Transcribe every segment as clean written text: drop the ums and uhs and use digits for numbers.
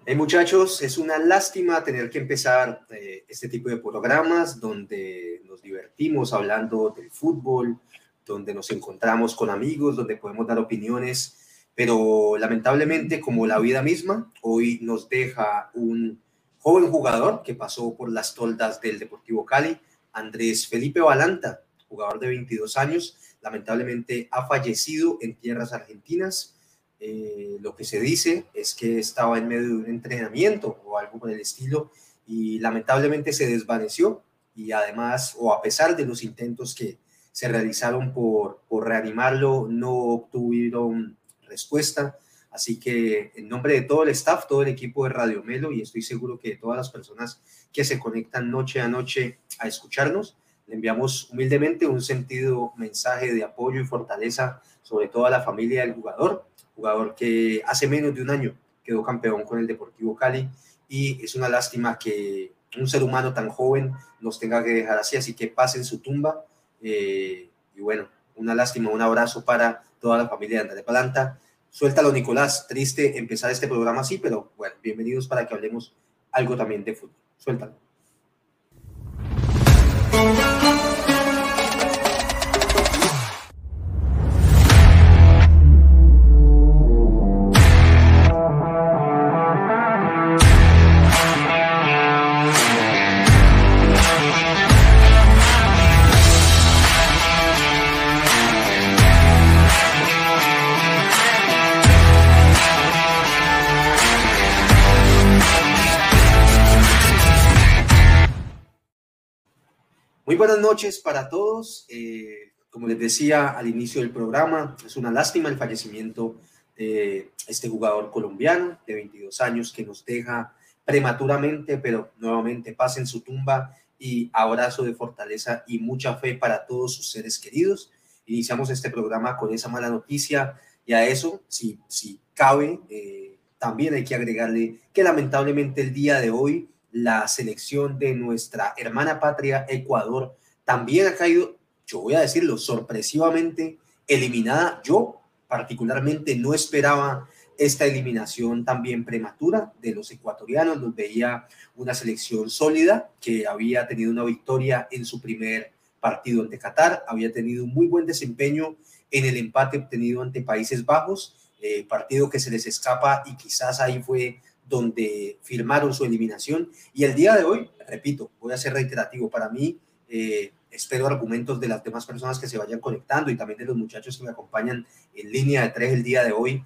Muchachos, es una lástima tener que empezar este tipo de programas donde nos divertimos hablando del fútbol, donde nos encontramos con amigos, donde podemos dar opiniones, pero lamentablemente, como la vida misma, hoy nos deja un joven jugador que pasó por las toldas del Deportivo Cali, Andrés Felipe Balanta, jugador de 22 años, lamentablemente ha fallecido en tierras argentinas. Lo que se dice es que estaba en medio de un entrenamiento o algo por el estilo y lamentablemente se desvaneció, y además, o a pesar de los intentos que se realizaron por reanimarlo, no obtuvieron respuesta. Así que en nombre de todo el staff, todo el equipo de Radio Melo, y estoy seguro que de todas las personas que se conectan noche a noche a escucharnos, le enviamos humildemente un sentido mensaje de apoyo y fortaleza, sobre todo a la familia del jugador que hace menos de un año quedó campeón con el Deportivo Cali, y es una lástima que un ser humano tan joven nos tenga que dejar así que pase en su tumba. Y bueno, una lástima, un abrazo para toda la familia de Andrés Balanta. Suéltalo, Nicolás, triste empezar este programa así, pero bueno, bienvenidos para que hablemos algo también de fútbol. Suéltalo. Muy buenas noches para todos. Como les decía al inicio del programa, es una lástima el fallecimiento de este jugador colombiano de 22 años que nos deja prematuramente, pero nuevamente paz en su tumba y abrazo de fortaleza y mucha fe para todos sus seres queridos. Iniciamos este programa con esa mala noticia, y a eso, si cabe, también hay que agregarle que lamentablemente el día de hoy la selección de nuestra hermana patria, Ecuador, también ha caído, yo voy a decirlo, sorpresivamente eliminada. Yo particularmente no esperaba esta eliminación también prematura de los ecuatorianos. Nos veía una selección sólida que había tenido una victoria en su primer partido ante Qatar, había tenido un muy buen desempeño en el empate obtenido ante Países Bajos, partido que se les escapa, y quizás ahí fue donde firmaron su eliminación. Y el día de hoy, repito, voy a ser reiterativo, para mí, espero argumentos de las demás personas que se vayan conectando y también de los muchachos que me acompañan en línea de tres el día de hoy.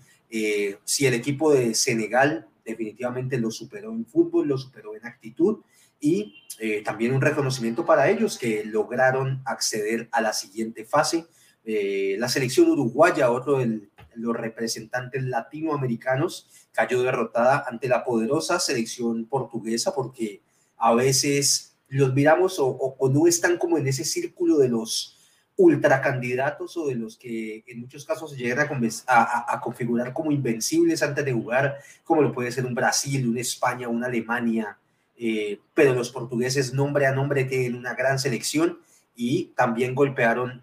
Si el equipo de Senegal definitivamente lo superó en fútbol, lo superó en actitud, y también un reconocimiento para ellos que lograron acceder a la siguiente fase. La selección uruguaya, otro de los representantes latinoamericanos, cayó derrotada ante la poderosa selección portuguesa, porque a veces los miramos o no están como en ese círculo de los ultracandidatos, o de los que en muchos casos se llegan a configurar como invencibles antes de jugar, como lo puede ser un Brasil, una España, una Alemania, pero los portugueses nombre a nombre tienen una gran selección y también golpearon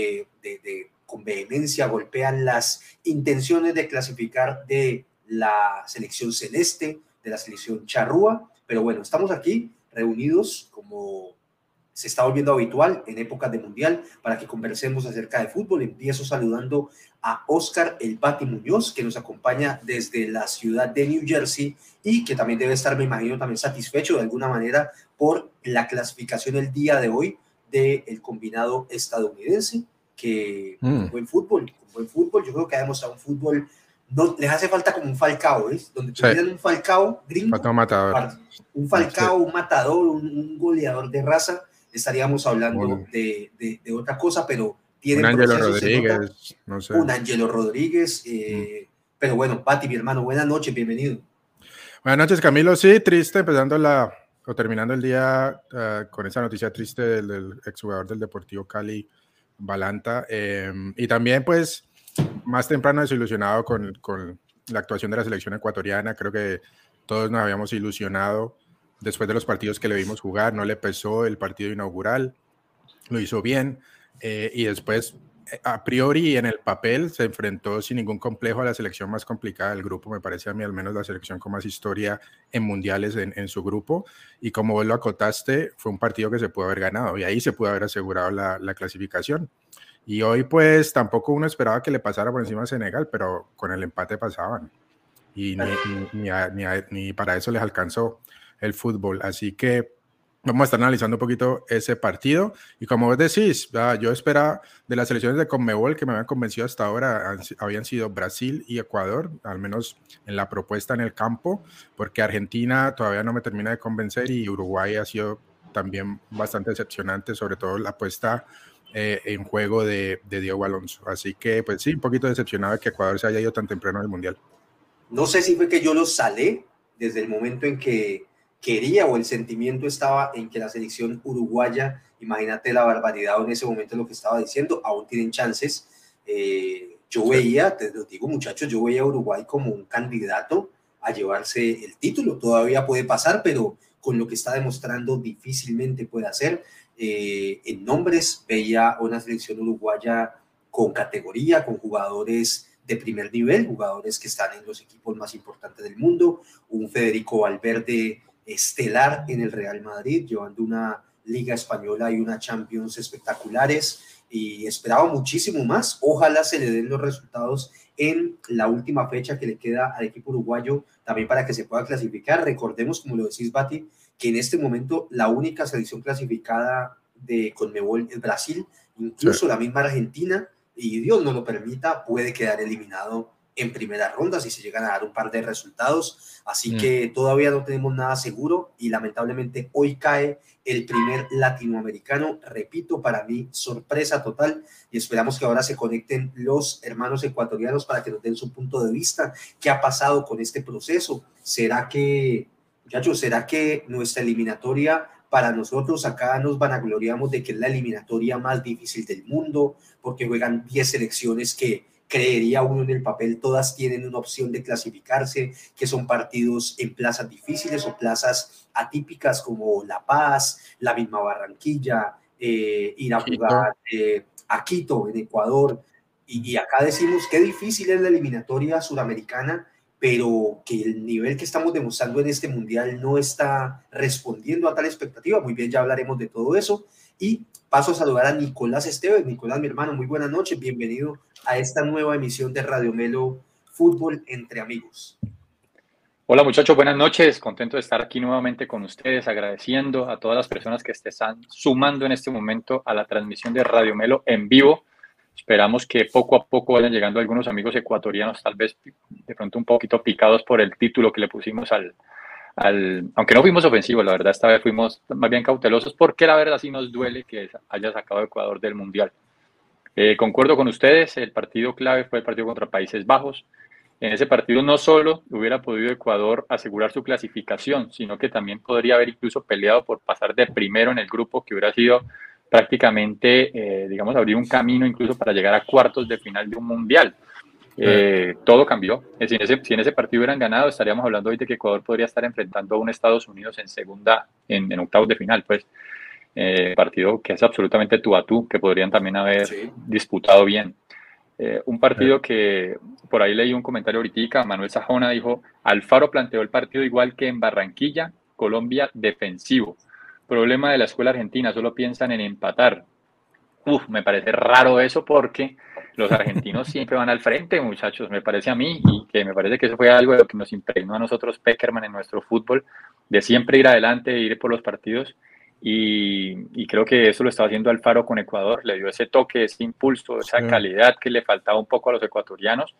con vehemencia, golpean las intenciones de clasificar de la selección celeste, de la selección charrúa. Pero bueno, estamos aquí reunidos como se está volviendo habitual en épocas de mundial para que conversemos acerca de fútbol. Empiezo saludando a Oscar El Bati Muñoz, que nos acompaña desde la ciudad de New Jersey y que también debe estar, me imagino, también satisfecho de alguna manera por la clasificación el día de hoy del combinado estadounidense, que con buen fútbol, yo creo que ha demostrado un fútbol. No, les hace falta como un Falcao, ¿ves? Donde tuvieran un Falcao gringo, un Falcao, un matador, un goleador de raza, estaríamos hablando de otra cosa, pero tienen un Ángelo Rodríguez, no sé. Un Ángelo Rodríguez, pero bueno, Pati, mi hermano, buenas noches, bienvenido. Buenas noches, Camilo. Sí, triste, empezando o terminando el día con esa noticia triste del exjugador del Deportivo Cali, Balanta, y también pues más temprano desilusionado con la actuación de la selección ecuatoriana. Creo que todos nos habíamos ilusionado después de los partidos que le vimos jugar. No le pesó el partido inaugural, lo hizo bien, y después a priori en el papel se enfrentó sin ningún complejo a la selección más complicada del grupo, me parece a mí al menos la selección con más historia en mundiales en su grupo, y como vos lo acotaste, fue un partido que se pudo haber ganado y ahí se pudo haber asegurado la clasificación. Y hoy pues tampoco uno esperaba que le pasara por encima a Senegal, pero con el empate pasaban y ni para eso les alcanzó el fútbol, así que vamos a estar analizando un poquito ese partido. Y como vos decís, yo esperaba de las selecciones de Conmebol que me habían convencido hasta ahora, habían sido Brasil y Ecuador, al menos en la propuesta en el campo, porque Argentina todavía no me termina de convencer y Uruguay ha sido también bastante decepcionante, sobre todo la apuesta en juego de Diego Alonso. Así que, pues sí, un poquito decepcionado de que Ecuador se haya ido tan temprano del Mundial. No sé si fue que yo los salé desde el momento en que quería o el sentimiento estaba en que la selección uruguaya, imagínate la barbaridad en ese momento lo que estaba diciendo, aún tienen chances. Yo veía, te lo digo muchachos, yo veía a Uruguay como un candidato a llevarse el título. Todavía puede pasar, pero con lo que está demostrando difícilmente puede hacer. En nombres veía una selección uruguaya con categoría, con jugadores de primer nivel, jugadores que están en los equipos más importantes del mundo, un Federico Valverde estelar en el Real Madrid, llevando una Liga Española y una Champions espectaculares, y esperaba muchísimo más. Ojalá se le den los resultados en la última fecha que le queda al equipo uruguayo, también para que se pueda clasificar. Recordemos, como lo decís, Bati, que en este momento la única selección clasificada de Conmebol es Brasil, incluso la misma Argentina, y Dios no lo permita, puede quedar eliminado en primera ronda si se llegan a dar un par de resultados. Así que todavía no tenemos nada seguro y lamentablemente hoy cae el primer latinoamericano. Repito, para mí, sorpresa total, y esperamos que ahora se conecten los hermanos ecuatorianos para que nos den su punto de vista. ¿Qué ha pasado con este proceso? ¿Será que, muchachos, será que nuestra eliminatoria, para nosotros acá nos vanagloriamos de que es la eliminatoria más difícil del mundo, porque juegan 10 selecciones que creería uno en el papel todas tienen una opción de clasificarse, que son partidos en plazas difíciles o plazas atípicas como La Paz, la misma Barranquilla, ir a jugar a Quito, en Ecuador, y acá decimos qué difícil es la eliminatoria suramericana, pero que el nivel que estamos demostrando en este mundial no está respondiendo a tal expectativa. Muy bien, ya hablaremos de todo eso. Y paso a saludar a Nicolás Esteves. Nicolás, mi hermano, muy buenas noches, bienvenido a esta nueva emisión de Radio Melo Fútbol entre Amigos. Hola muchachos, buenas noches, contento de estar aquí nuevamente con ustedes, agradeciendo a todas las personas que están sumando en este momento a la transmisión de Radio Melo en vivo. Esperamos que poco a poco vayan llegando algunos amigos ecuatorianos, tal vez de pronto un poquito picados por el título que le pusimos aunque no fuimos ofensivos, la verdad esta vez fuimos más bien cautelosos, porque la verdad sí nos duele que haya sacado a Ecuador del Mundial. Concuerdo con ustedes, el partido clave fue el partido contra Países Bajos. En ese partido no solo hubiera podido Ecuador asegurar su clasificación, sino que también podría haber incluso peleado por pasar de primero en el grupo, que hubiera sido prácticamente, digamos, abrir un camino incluso para llegar a cuartos de final de un mundial. Todo cambió. Si en ese partido hubieran ganado, estaríamos hablando hoy de que Ecuador podría estar enfrentando a un Estados Unidos en octavos de final, pues. Partido que es absolutamente tú a tú, que podrían también haber disputado bien. Un partido que por ahí leí un comentario ahorita, Manuel Sajona dijo: Alfaro planteó el partido igual que en Barranquilla, Colombia defensivo. Problema de la escuela argentina, solo piensan en empatar. Me parece raro eso, porque los argentinos siempre van al frente, muchachos, me parece a mí, y que me parece que eso fue algo de lo que nos impregnó a nosotros Peckerman en nuestro fútbol, de siempre ir adelante, de ir por los partidos. Y creo que eso lo estaba haciendo Alfaro con Ecuador, le dio ese toque, ese impulso, esa calidad que le faltaba un poco a los ecuatorianos,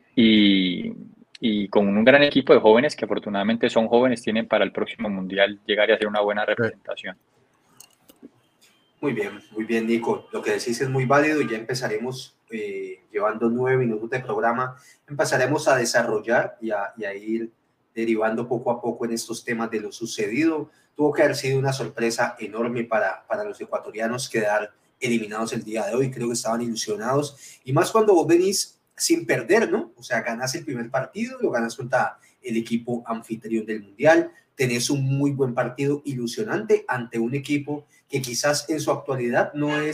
y con un gran equipo de jóvenes que afortunadamente son jóvenes, tienen para el próximo mundial llegar y hacer una buena representación. Muy bien, Nico, lo que decís es muy válido, y ya empezaremos, llevando 9 minutos de programa, empezaremos a desarrollar y a ir derivando poco a poco en estos temas de lo sucedido. Tuvo que haber sido una sorpresa enorme para los ecuatorianos quedar eliminados el día de hoy. Creo que estaban ilusionados, y más cuando vos venís sin perder, ¿no? O sea, ganás el primer partido, lo ganás contra el equipo anfitrión del Mundial, tenés un muy buen partido ilusionante ante un equipo que quizás en su actualidad no es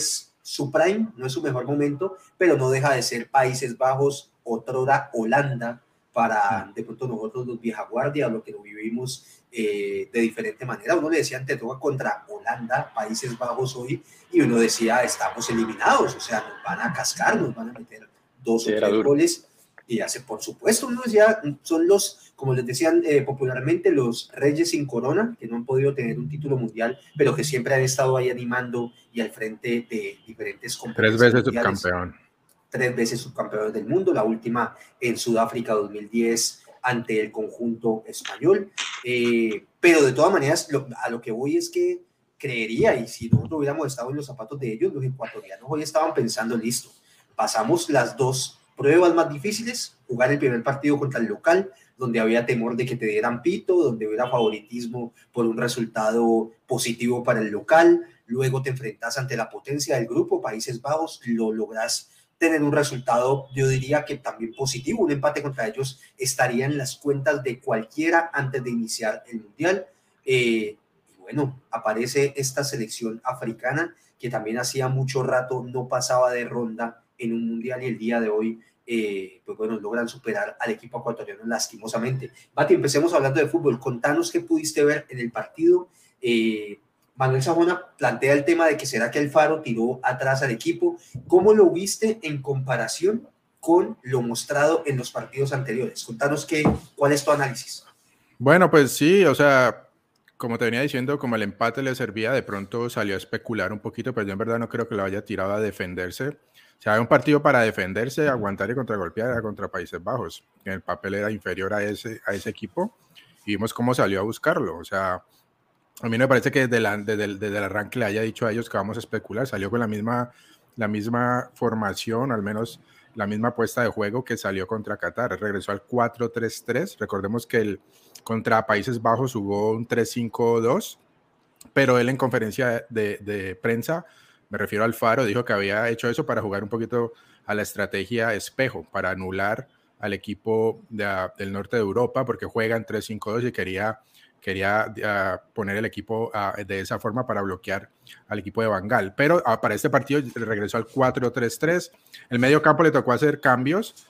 su prime, no es su mejor momento, pero no deja de ser Países Bajos, otrora Holanda, para de pronto nosotros los vieja guardia, lo que lo vivimos de diferente manera. Uno le decía, te toca contra Holanda, Países Bajos hoy, y uno decía, estamos eliminados, o sea, nos van a cascar, nos van a meter 2 o 3 goles, y hace, por supuesto, uno decía, son los, como les decían popularmente, los reyes sin corona, que no han podido tener un título mundial, pero que siempre han estado ahí animando y al frente de diferentes competencias 3 veces mundiales. subcampeón. 3 veces subcampeones del mundo, la última en Sudáfrica 2010 ante el conjunto español. Pero de todas maneras, a lo que voy es que creería, y si nosotros hubiéramos estado en los zapatos de ellos, los ecuatorianos hoy estaban pensando, listo, pasamos las 2 pruebas más difíciles, jugar el primer partido contra el local, donde había temor de que te dieran pito, donde hubiera favoritismo por un resultado positivo para el local, luego te enfrentas ante la potencia del grupo, Países Bajos, lo logras tener un resultado, yo diría que también positivo, un empate contra ellos estaría en las cuentas de cualquiera antes de iniciar el Mundial. Y bueno, aparece esta selección africana que también hacía mucho rato no pasaba de ronda en un Mundial y el día de hoy, pues bueno, logran superar al equipo ecuatoriano lastimosamente. Bati, empecemos hablando de fútbol. Contanos qué pudiste ver en el partido. Manuel Sajona plantea el tema de que será que Alfaro tiró atrás al equipo. ¿Cómo lo viste en comparación con lo mostrado en los partidos anteriores? Contanos cuál es tu análisis. Bueno, pues sí, o sea, como te venía diciendo, como el empate le servía, de pronto salió a especular un poquito, pero yo en verdad no creo que lo haya tirado a defenderse. O sea, hay un partido para defenderse, aguantar y contragolpear contra Países Bajos. En el papel era inferior a ese equipo y vimos cómo salió a buscarlo. O sea, a mí no me parece que desde el arranque le haya dicho a ellos que vamos a especular. Salió con la misma formación, al menos la misma puesta de juego que salió contra Qatar. Regresó al 4-3-3. Recordemos que contra Países Bajos jugó un 3-5-2, pero él en conferencia de prensa, me refiero al Alfaro, dijo que había hecho eso para jugar un poquito a la estrategia espejo, para anular al equipo del norte de Europa, porque juegan 3-5-2 y quería poner el equipo de esa forma para bloquear al equipo de Van Gaal. Pero para este partido regresó al 4-3-3. El medio campo le tocó hacer cambios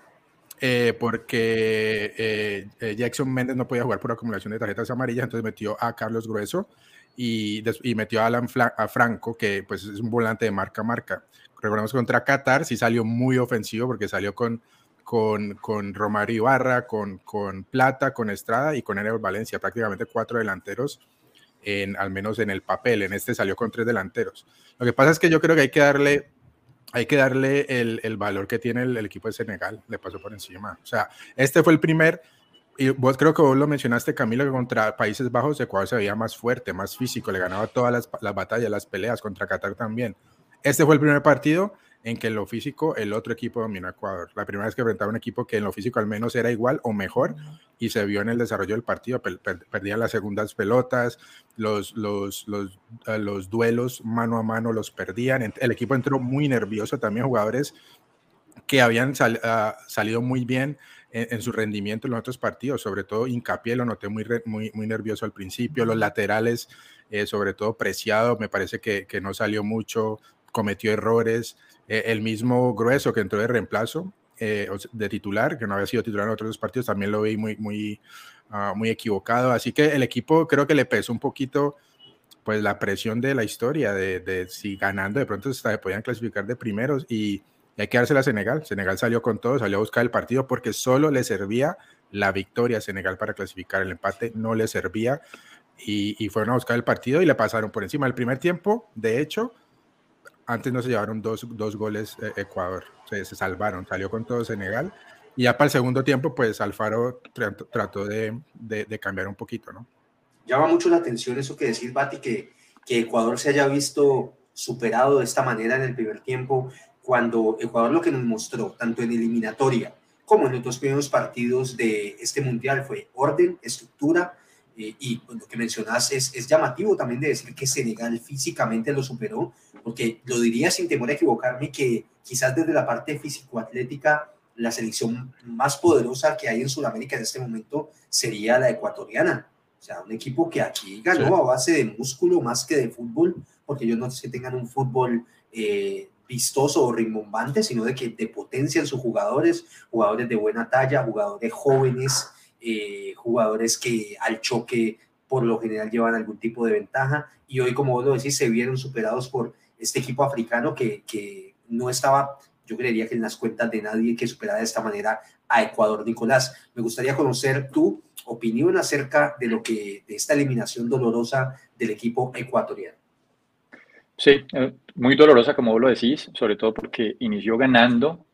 porque Jackson Méndez no podía jugar por acumulación de tarjetas amarillas, entonces metió a Carlos Grueso y metió a Franco, que pues es un volante de marca a marca. Recordemos que contra Qatar sí salió muy ofensivo porque salió con Romario Ibarra, con Plata, con Estrada y con Ener Valencia, prácticamente 4 delanteros, al menos en el papel. En este salió con 3 delanteros. Lo que pasa es que yo creo que hay que darle el valor que tiene el equipo de Senegal, le pasó por encima. O sea, este fue el primer, y creo que vos lo mencionaste, Camilo, que contra Países Bajos Ecuador se veía más fuerte, más físico, le ganaba todas las batallas, las peleas, contra Qatar también. Este fue el primer partido en que en lo físico el otro equipo dominó a Ecuador. La primera vez que enfrentaba un equipo que en lo físico al menos era igual o mejor, y se vio en el desarrollo del partido. Perdían las segundas pelotas, los duelos mano a mano los perdían. El equipo entró muy nervioso también, jugadores que habían salido muy bien en su rendimiento en los otros partidos, sobre todo Hincapié lo noté muy nervioso al principio, los laterales, sobre todo Preciado, me parece que no salió mucho, cometió errores, el mismo Grueso que entró de reemplazo, de titular, que no había sido titular en otros partidos, también lo vi muy equivocado, así que el equipo creo que le pesó un poquito pues la presión de la historia, de si ganando de pronto se podían clasificar de primeros, y hay que dársela a Senegal. Senegal salió con todo, salió a buscar el partido porque solo le servía la victoria a Senegal para clasificar. El empate no le servía y fueron a buscar el partido y le pasaron por encima. El primer tiempo, de hecho, antes no se llevaron dos goles Ecuador, se salvaron, salió con todo Senegal, y ya para el segundo tiempo pues Alfaro trató de cambiar un poquito, ¿no? Llama mucho la atención eso que decís, Bati, que Ecuador se haya visto superado de esta manera en el primer tiempo, cuando Ecuador lo que nos mostró, tanto en eliminatoria como en los 2 primeros partidos de este mundial, fue orden, estructura, y lo que mencionas es llamativo también de decir que Senegal físicamente lo superó, porque lo diría sin temor a equivocarme, que quizás desde la parte físico-atlética la selección más poderosa que hay en Sudamérica en este momento sería la ecuatoriana. O sea, un equipo que aquí ganó a base de músculo más que de fútbol, porque ellos no es que tengan un fútbol vistoso o rimbombante, sino de que te potencian sus jugadores de buena talla, jugadores jóvenes, jugadores que al choque por lo general llevan algún tipo de ventaja, y hoy, como vos lo decís, se vieron superados por este equipo africano que no estaba, yo creería que en las cuentas de nadie que superara de esta manera a Ecuador. Nicolás, me gustaría conocer tu opinión acerca de esta eliminación dolorosa del equipo ecuatoriano. Sí, muy dolorosa como vos lo decís, sobre todo porque inició ganando,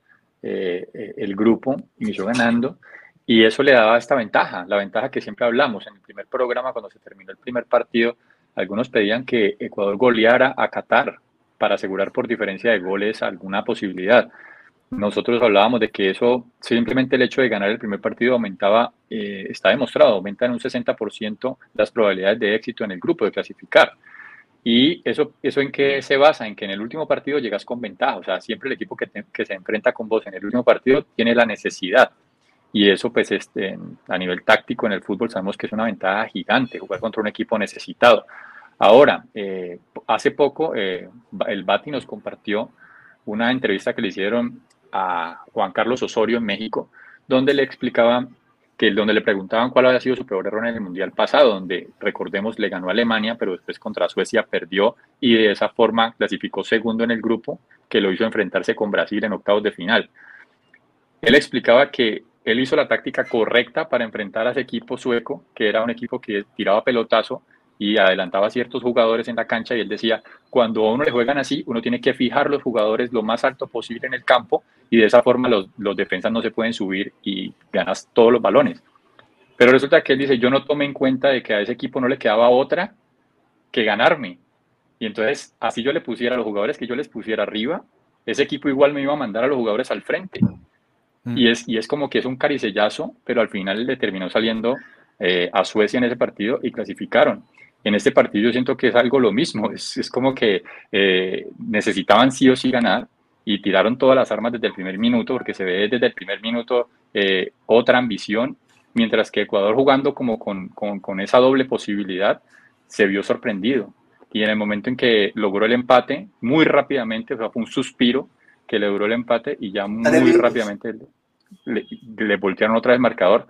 el grupo inició ganando, y eso le daba esta ventaja, la ventaja que siempre hablamos en el primer programa. Cuando se terminó el primer partido, algunos pedían que Ecuador goleara a Qatar para asegurar por diferencia de goles alguna posibilidad. Nosotros hablábamos de que eso, simplemente el hecho de ganar el primer partido aumentaba, está demostrado, aumenta en un 60% las probabilidades de éxito en el grupo, de clasificar. ¿Y eso en qué se basa? En que en el último partido llegas con ventaja. O sea, siempre el equipo que se enfrenta con vos en el último partido tiene la necesidad. Y eso, pues, a nivel táctico en el fútbol sabemos que es una ventaja gigante, jugar contra un equipo necesitado. Ahora, hace poco, el Bati nos compartió una entrevista que le hicieron a Juan Carlos Osorio en México, donde le explicaba donde le preguntaban cuál había sido su peor error en el Mundial pasado, donde, recordemos, le ganó a Alemania, pero después contra Suecia perdió, y de esa forma clasificó segundo en el grupo, que lo hizo enfrentarse con Brasil en octavos de final. Él explicaba que él hizo la táctica correcta para enfrentar a ese equipo sueco, que era un equipo que tiraba pelotazo y adelantaba a ciertos jugadores en la cancha, y él decía, cuando a uno le juegan así, uno tiene que fijar los jugadores lo más alto posible en el campo, y de esa forma los defensas no se pueden subir y ganas todos los balones. Pero resulta que él dice, yo no tomé en cuenta de que a ese equipo no le quedaba otra que ganarme, y entonces así yo le pusiera a los jugadores que yo les pusiera arriba, ese equipo igual me iba a mandar a los jugadores al frente. Y es como que es un caricellazo, pero al final le terminó saliendo a Suecia en ese partido y clasificaron. En este partido yo siento que es algo lo mismo, es como que necesitaban sí o sí ganar, y tiraron todas las armas desde el primer minuto, porque se ve desde el primer minuto otra ambición, mientras que Ecuador, jugando como con esa doble posibilidad, se vio sorprendido. Y en el momento en que logró el empate, muy rápidamente, o sea, fue un suspiro que le duró el empate, y ya muy rápidamente le voltearon otra vez marcador.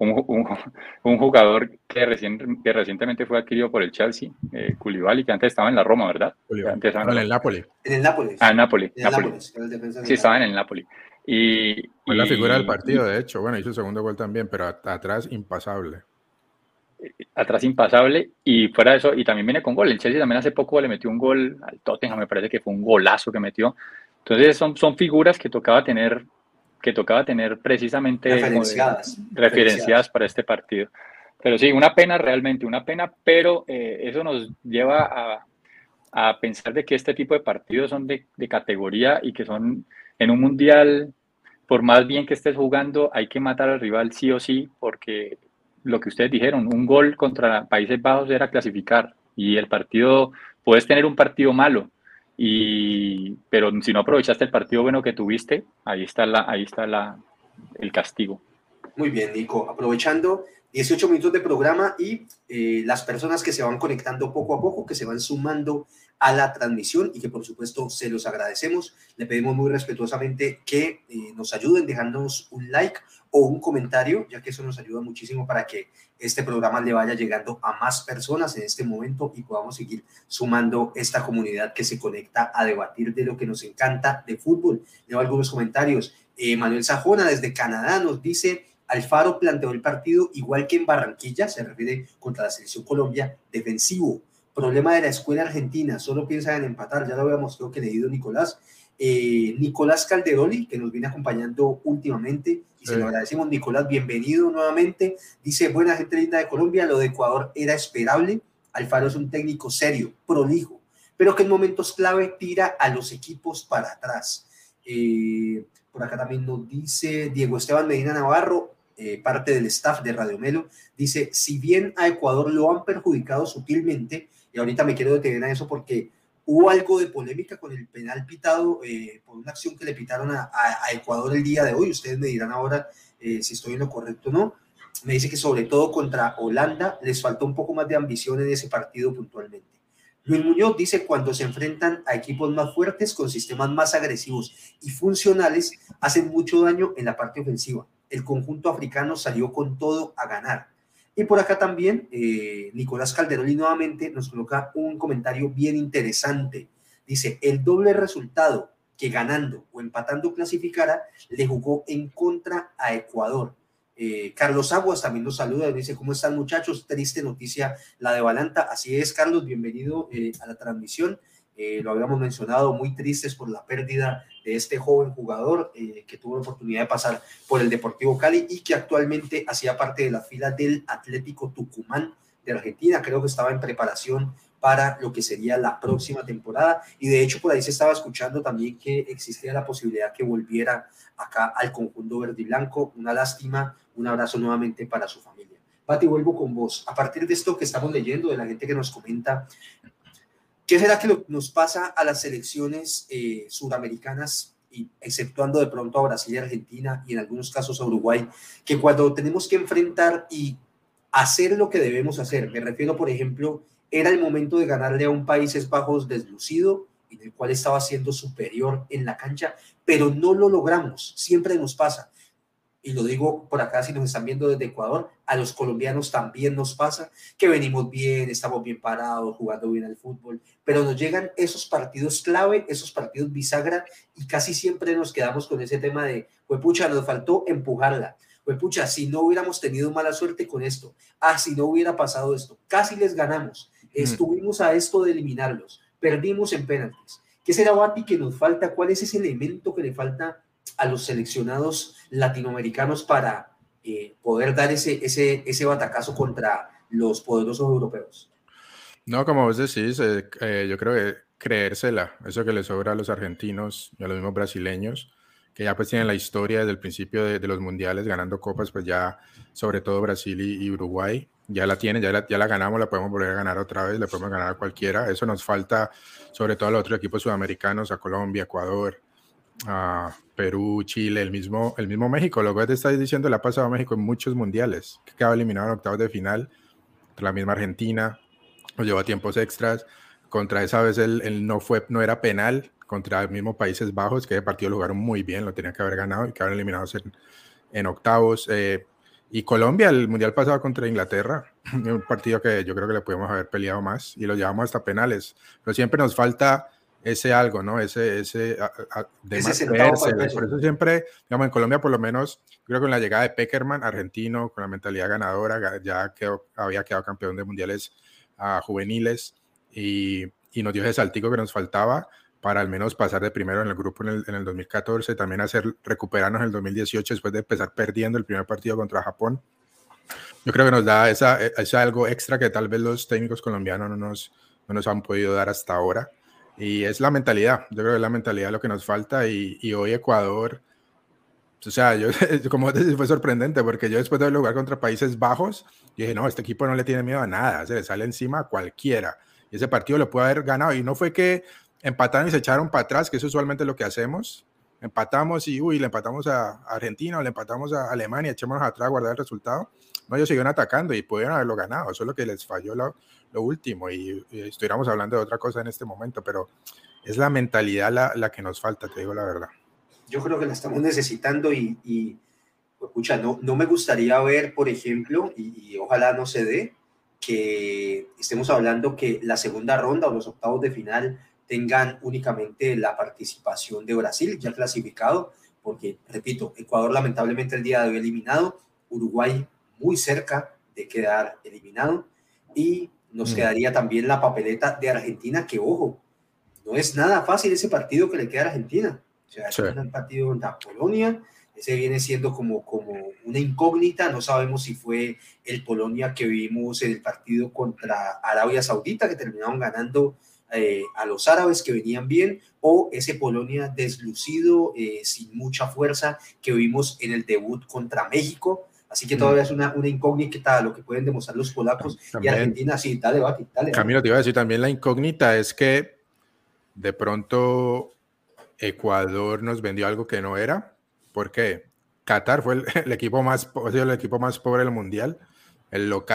Un jugador que recientemente fue adquirido por el Chelsea, Koulibaly, que antes estaba en la Roma, ¿verdad? Antes estaba en el Napoli. En el Napoli. Ah, en Napoli. Sí, estaba en el Napoli. Fue la figura del partido, de hecho. Bueno, hizo el segundo gol también, pero atrás impasable. Atrás impasable, y fuera de eso, y también viene con gol. El Chelsea también hace poco le metió un gol al Tottenham, me parece que fue un golazo que metió. Entonces son figuras que tocaba tener precisamente referenciadas para este partido. Pero sí, una pena, realmente una pena, pero eso nos lleva a pensar de que este tipo de partidos son de categoría, y que son en un mundial, por más bien que estés jugando, hay que matar al rival sí o sí, porque lo que ustedes dijeron, un gol contra Países Bajos era clasificar, y el partido, puedes tener un partido malo, pero si no aprovechaste el partido bueno que tuviste, ahí está el castigo. Muy bien, Nico. Aprovechando 18 minutos de programa y las personas que se van conectando poco a poco, que se van sumando a la transmisión, y que por supuesto se los agradecemos, le pedimos muy respetuosamente que nos ayuden dejándonos un like o un comentario, ya que eso nos ayuda muchísimo para que este programa le vaya llegando a más personas en este momento y podamos seguir sumando esta comunidad que se conecta a debatir de lo que nos encanta de fútbol. Leo algunos comentarios. Manuel Sajona desde Canadá nos dice: Alfaro planteó el partido igual que en Barranquilla, se refiere contra la selección Colombia, defensivo. Problema de la escuela argentina, solo piensan en empatar, ya lo habíamos creo que leído Nicolás. Nicolás Calderoli, que nos viene acompañando últimamente, y se lo agradecemos. Nicolás, bienvenido nuevamente. Dice: buena gente linda de Colombia, lo de Ecuador era esperable. Alfaro es un técnico serio, prolijo, pero que en momentos clave tira a los equipos para atrás. Por acá también nos dice Diego Esteban Medina Navarro, parte del staff de Radio Melo, dice: si bien a Ecuador lo han perjudicado sutilmente, y ahorita me quiero detener a eso porque hubo algo de polémica con el penal pitado por una acción que le pitaron a Ecuador el día de hoy. Ustedes me dirán ahora si estoy en lo correcto o no. Me dice que sobre todo contra Holanda les faltó un poco más de ambición en ese partido puntualmente. Luis Muñoz dice, cuando se enfrentan a equipos más fuertes, con sistemas más agresivos y funcionales, hacen mucho daño en la parte ofensiva. El conjunto africano salió con todo a ganar. Y por acá también, Nicolás Calderoli nuevamente nos coloca un comentario bien interesante. Dice, el doble resultado que ganando o empatando clasificara, le jugó en contra a Ecuador. Carlos Aguas también nos saluda, dice, ¿cómo están muchachos? Triste noticia la de Balanta. Así es, Carlos, bienvenido a la transmisión. Lo habíamos mencionado, muy tristes por la pérdida de este joven jugador que tuvo la oportunidad de pasar por el Deportivo Cali y que actualmente hacía parte de la fila del Atlético Tucumán de Argentina. Creo que estaba en preparación para lo que sería la próxima temporada, y de hecho por ahí se estaba escuchando también que existía la posibilidad que volviera acá al conjunto verde y blanco. Una lástima, un abrazo nuevamente para su familia. Pati, vuelvo con vos. A partir de esto que estamos leyendo, de la gente que nos comenta, ¿qué será que nos pasa a las selecciones suramericanas, y exceptuando de pronto a Brasil y Argentina y en algunos casos a Uruguay, que cuando tenemos que enfrentar y hacer lo que debemos hacer, me refiero por ejemplo, era el momento de ganarle a un Países Bajos deslucido, en el cual estaba siendo superior en la cancha, pero no lo logramos, siempre nos pasa. Y lo digo por acá, si nos están viendo desde Ecuador, a los colombianos también nos pasa que venimos bien, estamos bien parados, jugando bien al fútbol, pero nos llegan esos partidos clave, esos partidos bisagra, y casi siempre nos quedamos con ese tema de, pues pucha, nos faltó empujarla, pues pucha, si no hubiéramos tenido mala suerte con esto, si no hubiera pasado esto, casi les ganamos, estuvimos a esto de eliminarlos, perdimos en penaltis. ¿Qué será, Bati, que nos falta? ¿Cuál es ese elemento que le falta a los seleccionados latinoamericanos para poder dar ese batacazo contra los poderosos europeos? No, como vos decís, yo creo que creérsela, eso que le sobra a los argentinos y a los mismos brasileños, que ya pues tienen la historia desde el principio de los mundiales ganando copas, pues ya sobre todo Brasil y Uruguay, ya la tienen, ya la ganamos, la podemos volver a ganar otra vez, la podemos ganar a cualquiera. Eso nos falta sobre todo a los otros equipos sudamericanos, a Colombia, Ecuador, a Perú, Chile, el mismo México. Lo que te estáis diciendo le ha pasado a México en muchos mundiales, que quedaba eliminado en octavos de final, la misma Argentina, nos llevó a tiempos extras. Contra esa vez no era penal, contra el mismo Países Bajos, que de partido lo jugaron muy bien, lo tenían que haber ganado y quedaron eliminados en octavos. Y Colombia, el mundial pasado contra Inglaterra, un partido que yo creo que le podemos haber peleado más y lo llevamos hasta penales, pero siempre nos falta ese algo, ¿no? Ese más creerse. Por eso siempre, digamos, en Colombia por lo menos, creo que con la llegada de Pekerman, argentino, con la mentalidad ganadora, ya había quedado campeón de mundiales juveniles, y nos dio ese saltico que nos faltaba para al menos pasar de primero en el grupo en el 2014, también recuperarnos en el 2018 después de empezar perdiendo el primer partido contra Japón. Yo creo que nos da esa algo extra que tal vez los técnicos colombianos no nos han podido dar hasta ahora, y es la mentalidad. Yo creo que es la mentalidad lo que nos falta, y hoy Ecuador, o sea, como te fue sorprendente, porque yo después de jugar contra Países Bajos, dije, no, este equipo no le tiene miedo a nada, se le sale encima a cualquiera, y ese partido lo puede haber ganado, y no fue que empataron y se echaron para atrás, que eso es usualmente lo que hacemos, empatamos y le empatamos a Argentina o le empatamos a Alemania, echémonos atrás a guardar el resultado. No, ellos siguieron atacando y pudieron haberlo ganado, eso es lo que les falló lo último, y estuviéramos hablando de otra cosa en este momento, pero es la mentalidad la que nos falta, te digo la verdad. Yo creo que la estamos necesitando, y escucha, no me gustaría ver, por ejemplo, y ojalá no se dé, que estemos hablando que la segunda ronda o los octavos de final tengan únicamente la participación de Brasil, ya clasificado, porque, repito, Ecuador lamentablemente el día de hoy eliminado, Uruguay muy cerca de quedar eliminado, y nos quedaría también la papeleta de Argentina, que, ojo, no es nada fácil ese partido que le queda a Argentina. O sea, es un partido contra Polonia, ese viene siendo como una incógnita, no sabemos si fue el Polonia que vimos en el partido contra Arabia Saudita, que terminaron ganando a los árabes que venían bien, o ese Polonia deslucido, sin mucha fuerza, que vimos en el debut contra México. Así que todavía es una incógnita lo que pueden demostrar los polacos. También, y Argentina, sí, dale. Camilo, te iba a decir, también la incógnita es que de pronto Ecuador nos vendió algo que no era. ¿Por qué? Qatar fue el equipo más pobre del mundial, el local,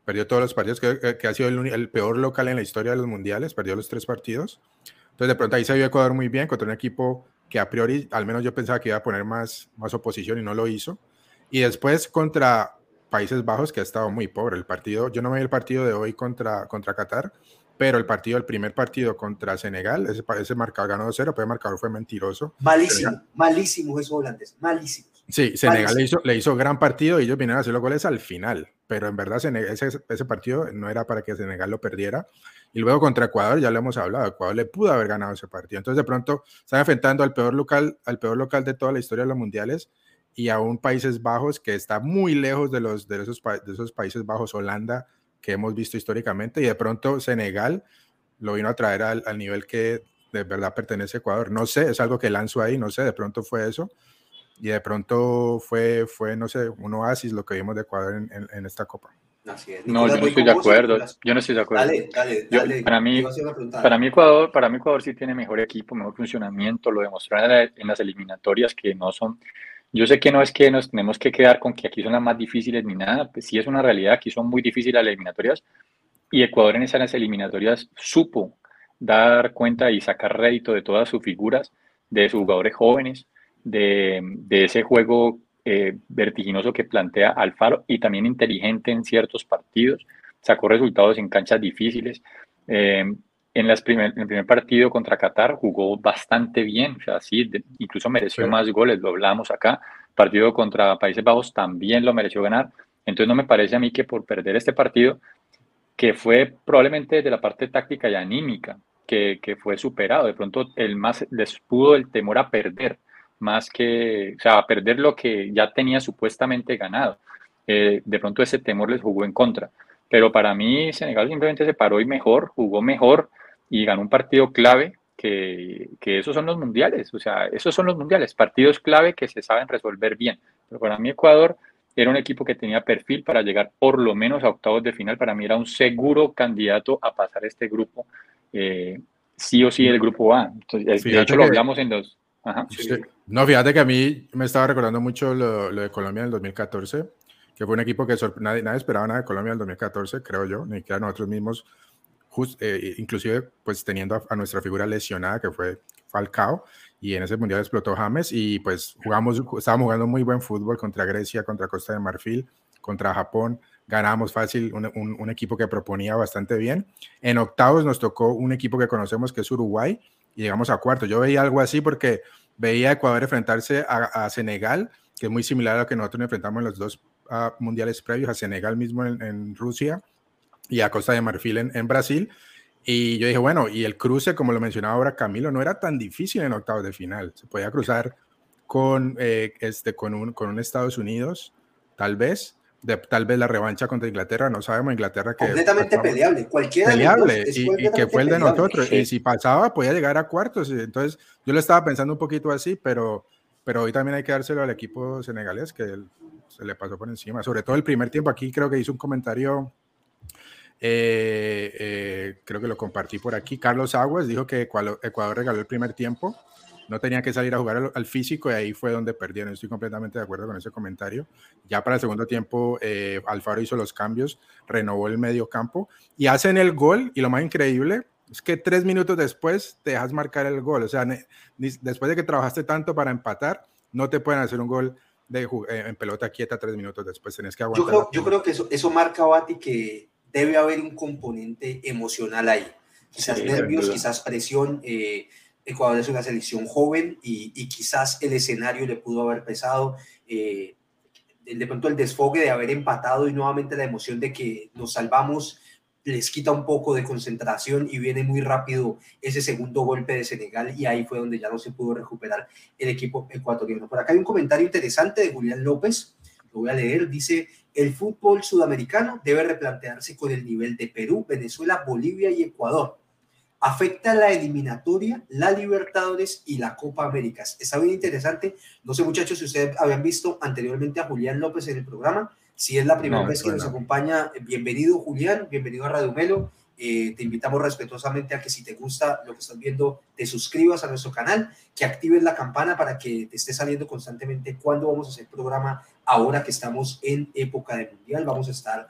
perdió todos los partidos, que ha sido el peor local en la historia de los mundiales, perdió los 3 partidos. Entonces de pronto ahí se vio Ecuador muy bien contra un equipo que a priori, al menos yo pensaba que iba a poner más oposición y no lo hizo. Y después contra Países Bajos, que ha estado muy pobre el partido. Yo no me vi el partido de hoy contra Qatar, pero el primer partido contra Senegal, ese marcador ganó 2-0, pero el marcador fue mentiroso. Malísimo esos holandeses, malísimos. Sí, Senegal le hizo gran partido y ellos vinieron a hacer los goles al final, pero en verdad ese partido no era para que Senegal lo perdiera. Y luego contra Ecuador, ya lo hemos hablado, Ecuador le pudo haber ganado ese partido. Entonces de pronto están enfrentando al peor local de toda la historia de los mundiales y a un Países Bajos que está muy lejos de esos Países Bajos, Holanda, que hemos visto históricamente, y de pronto Senegal lo vino a traer al nivel que de verdad pertenece a Ecuador. No sé, es algo que lanzo ahí, no sé, de pronto fue eso. Y de pronto fue, no sé, un oasis lo que vimos de Ecuador en esta Copa. Así es. No, yo no estoy de acuerdo. Yo no estoy de acuerdo. Dale. Para mí Ecuador sí tiene mejor equipo, mejor funcionamiento. Lo demostró en las eliminatorias, que no son. Yo sé que no es que nos tenemos que quedar con que aquí son las más difíciles ni nada. Pues sí es una realidad, aquí son muy difíciles las eliminatorias. Y Ecuador en esas eliminatorias supo dar cuenta y sacar rédito de todas sus figuras, de sus jugadores jóvenes, de ese juego vertiginoso que plantea Alfaro y también inteligente en ciertos partidos. Sacó resultados en canchas difíciles. En el primer partido contra Qatar jugó bastante bien, o sea, sí, incluso mereció más goles, lo hablamos acá. Partido contra Países Bajos también lo mereció ganar. Entonces no me parece a mí que por perder este partido, que fue probablemente de la parte táctica y anímica, que fue superado. De pronto les pudo el temor a perder, más que, o sea, a perder lo que ya tenía supuestamente ganado. De pronto ese temor les jugó en contra. Pero para mí Senegal simplemente se paró y jugó mejor y ganó un partido clave, que esos son los mundiales. O sea, esos son los mundiales, partidos clave que se saben resolver bien. Pero para mí Ecuador era un equipo que tenía perfil para llegar por lo menos a octavos de final. Para mí era un seguro candidato a pasar este grupo, sí o sí el grupo A. Entonces, de hecho, lo hablamos en los... Ajá. Sí. No, fíjate que a mí me estaba recordando mucho lo de Colombia en el 2014, que fue un equipo que nadie esperaba nada de Colombia en el 2014, creo yo, ni siquiera nosotros mismos, inclusive pues teniendo a nuestra figura lesionada, que fue Falcao, y en ese mundial explotó James, y pues estábamos jugando muy buen fútbol contra Grecia, contra Costa de Marfil, contra Japón, ganábamos fácil, un equipo que proponía bastante bien. En octavos nos tocó un equipo que conocemos, que es Uruguay, y llegamos a cuarto. Yo veía algo así porque veía a Ecuador enfrentarse a Senegal, que es muy similar a lo que nosotros enfrentamos en los 2 mundiales previos, a Senegal mismo en Rusia y a Costa de Marfil en Brasil. Y yo dije, bueno, y el cruce, como lo mencionaba ahora Camilo, no era tan difícil en octavos de final. Se podía cruzar con un Estados Unidos, tal vez la revancha contra Inglaterra, no sabemos. Inglaterra que completamente peleable, cualquiera peleable, y que fue el de nosotros, sí. Y si pasaba podía llegar a cuartos. Entonces yo lo estaba pensando un poquito así, pero hoy también hay que dárselo al equipo senegalés, que se le pasó por encima, sobre todo el primer tiempo. Aquí creo que hizo un comentario, creo que lo compartí por aquí, Carlos Aguas dijo que Ecuador regaló el primer tiempo, no tenía que salir a jugar al físico, y ahí fue donde perdieron. Estoy completamente de acuerdo con ese comentario. Ya para el segundo tiempo, Alfaro hizo los cambios, renovó el medio campo y hacen el gol. Y lo más increíble es que 3 minutos después te dejas marcar el gol. O sea, después de que trabajaste tanto para empatar, no te pueden hacer un gol en pelota quieta 3 minutos después. Tenés que aguantar. Yo creo que eso marca, Bati, que debe haber un componente emocional ahí. Quizás nervios, quizás presión. Ecuador es una selección joven y quizás el escenario le pudo haber pesado. De pronto el desfogue de haber empatado y nuevamente la emoción de que nos salvamos les quita un poco de concentración y viene muy rápido ese segundo golpe de Senegal, y ahí fue donde ya no se pudo recuperar el equipo ecuatoriano. Por acá hay un comentario interesante de Julián López, lo voy a leer. Dice: el fútbol sudamericano debe replantearse con el nivel de Perú, Venezuela, Bolivia y Ecuador. Afecta la eliminatoria, la Libertadores y la Copa Américas. Está bien interesante. No sé, muchachos, si ustedes habían visto anteriormente a Julián López en el programa. Si es la primera vez que nos acompaña, bienvenido, Julián, bienvenido a Radio Melo. Te invitamos respetuosamente a que, si te gusta lo que estás viendo, te suscribas a nuestro canal, que actives la campana para que te esté saliendo constantemente cuando vamos a hacer programa. Ahora que estamos en época de mundial, vamos a estar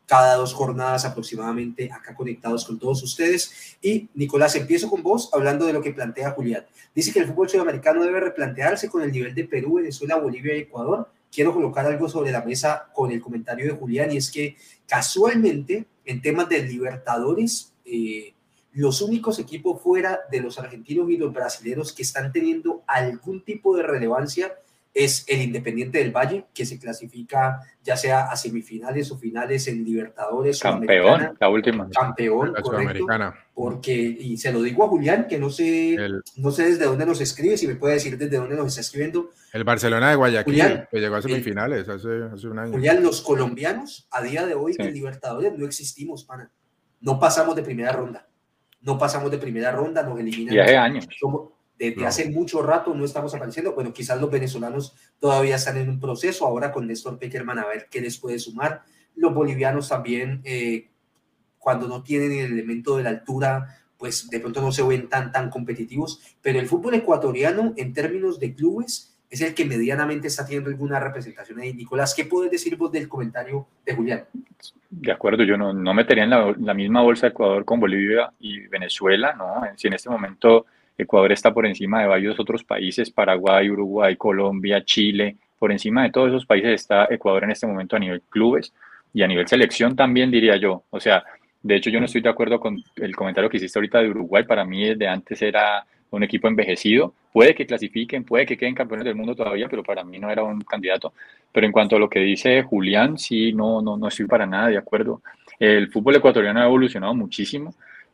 cada 2 jornadas aproximadamente acá conectados con todos ustedes. Y Nicolás, empiezo con vos hablando de lo que plantea Julián. Dice que el fútbol sudamericano debe replantearse con el nivel de Perú, Venezuela, Bolivia y Ecuador. Quiero colocar algo sobre la mesa con el comentario de Julián, y es que casualmente en temas de Libertadores, los únicos equipos fuera de los argentinos y los brasileños que están teniendo algún tipo de relevancia es el Independiente del Valle, que se clasifica ya sea a semifinales o finales en Libertadores. Campeón, la última. Campeón, la correcto. Porque, y se lo digo a Julián, que no sé desde dónde nos escribe, si me puede decir desde dónde nos está escribiendo. El Barcelona de Guayaquil, Julián, que llegó a semifinales hace un año. Julián, los colombianos a día de hoy en Libertadores no existimos, pana. No pasamos de primera ronda. Nos eliminan. Y hace años. Desde hace mucho rato no estamos apareciendo. Bueno, quizás los venezolanos todavía están en un proceso, ahora con Néstor Pekerman, a ver qué les puede sumar. Los bolivianos también, cuando no tienen el elemento de la altura, pues de pronto no se ven tan competitivos, pero el fútbol ecuatoriano en términos de clubes es el que medianamente está teniendo alguna representación ahí. Nicolás, ¿qué puedes decir vos del comentario de Julián? De acuerdo, yo no metería en la misma bolsa Ecuador con Bolivia y Venezuela, ¿no? Si en este momento Ecuador está por encima de varios otros países, Paraguay, Uruguay, Colombia, Chile, por encima de todos esos países está Ecuador en este momento a nivel clubes y a nivel selección también, diría yo. O sea, de hecho yo no estoy de acuerdo con el comentario que hiciste ahorita de Uruguay. Para mí desde antes era un equipo envejecido. Puede que clasifiquen, puede que queden campeones del mundo todavía, pero para mí no era un candidato. Pero en cuanto a lo que dice Julián, sí, no estoy para nada de acuerdo. El fútbol ecuatoriano ha evolucionado muchísimo.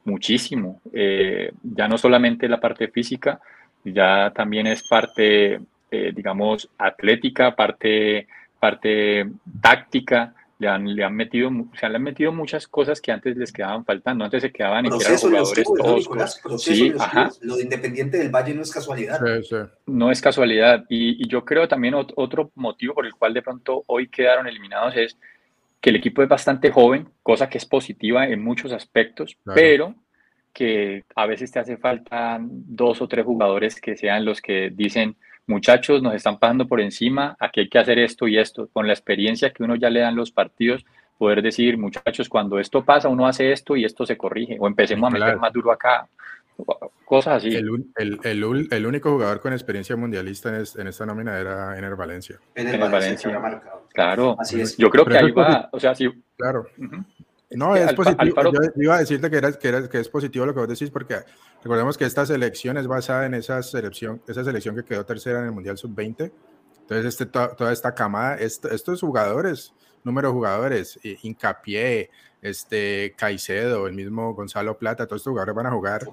Ya no solamente la parte física, ya también es parte, digamos, atlética, parte táctica. Le han metido muchas cosas que antes les quedaban faltando. Antes se quedaban en que eran jugadores toscos. Sí, ajá. Lo de Independiente del Valle no es casualidad. Sí. No es casualidad. Y yo creo también otro motivo por el cual de pronto hoy quedaron eliminados es que el equipo es bastante joven, cosa que es positiva en muchos aspectos, claro, pero que a veces te hace falta 2 o 3 jugadores que sean los que dicen, muchachos, nos están pasando por encima, aquí hay que hacer esto y esto, con la experiencia que uno ya le dan los partidos, poder decir, muchachos, cuando esto pasa, uno hace esto y esto se corrige, o empecemos a meter más duro acá, cosas así. El único jugador con experiencia mundialista en esta nómina era Ener Valencia. Ener Valencia, claro. Así es. Yo creo que ahí va, o sea, sí. Claro. No, es positivo. Yo iba a decirte que es positivo lo que vos decís, porque recordemos que esta selección es basada en esa selección que quedó tercera en el Mundial Sub-20. Entonces, toda esta camada, estos jugadores, número de jugadores, Hincapié, Caicedo, el mismo Gonzalo Plata, todos estos jugadores van a jugar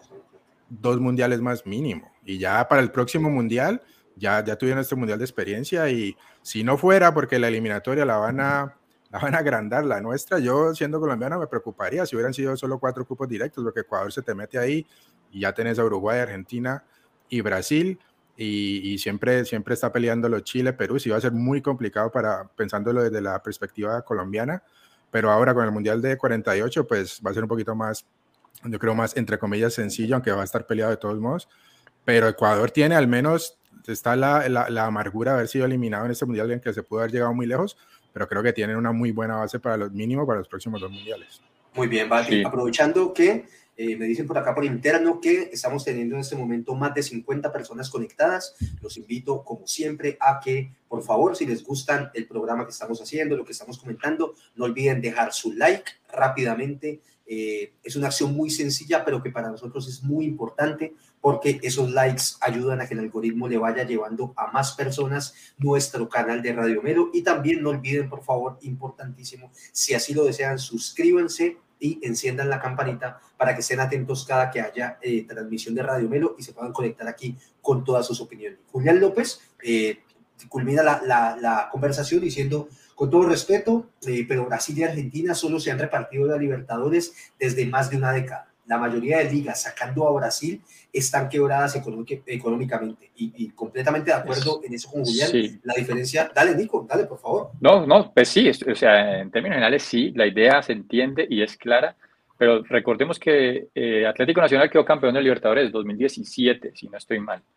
2 mundiales más mínimo. Y ya para el próximo mundial, ya tuvieron este mundial de experiencia. Y si no fuera porque la eliminatoria la van a agrandar, la nuestra, yo siendo colombiano me preocuparía si hubieran sido solo 4 cupos directos, porque Ecuador se te mete ahí y ya tenés a Uruguay, Argentina y Brasil, y siempre está peleando Chile, Perú. Sí va a ser muy complicado pensándolo desde la perspectiva colombiana, pero ahora con el Mundial de 48 pues va a ser un poquito más, yo creo, más entre comillas sencillo, aunque va a estar peleado de todos modos, pero Ecuador tiene al menos, está la amargura de haber sido eliminado en este Mundial en que se pudo haber llegado muy lejos, pero creo que tienen una muy buena base para los mínimos para los próximos 2 mundiales. Muy bien, Bati. Sí. Aprovechando que me dicen por acá por interno que estamos teniendo en este momento más de 50 personas conectadas, los invito como siempre a que, por favor, si les gustan el programa que estamos haciendo, lo que estamos comentando, no olviden dejar su like rápidamente. Es una acción muy sencilla, pero que para nosotros es muy importante, porque esos likes ayudan a que el algoritmo le vaya llevando a más personas nuestro canal de Radio Melo. Y también no olviden, por favor, importantísimo, si así lo desean, suscríbanse y enciendan la campanita para que estén atentos cada que haya transmisión de Radio Melo y se puedan conectar aquí con todas sus opiniones. Julián López culmina la conversación diciendo: con todo respeto, pero Brasil y Argentina solo se han repartido la Libertadores desde más de una década. La mayoría de ligas, sacando a Brasil, están quebradas económicamente. Y completamente de acuerdo en eso con Julián. Sí. La diferencia... Dale, Nico, dale, por favor. No, pues sí, o sea, en términos generales sí, la idea se entiende y es clara, pero recordemos que Atlético Nacional quedó campeón de Libertadores 2017, si no estoy mal.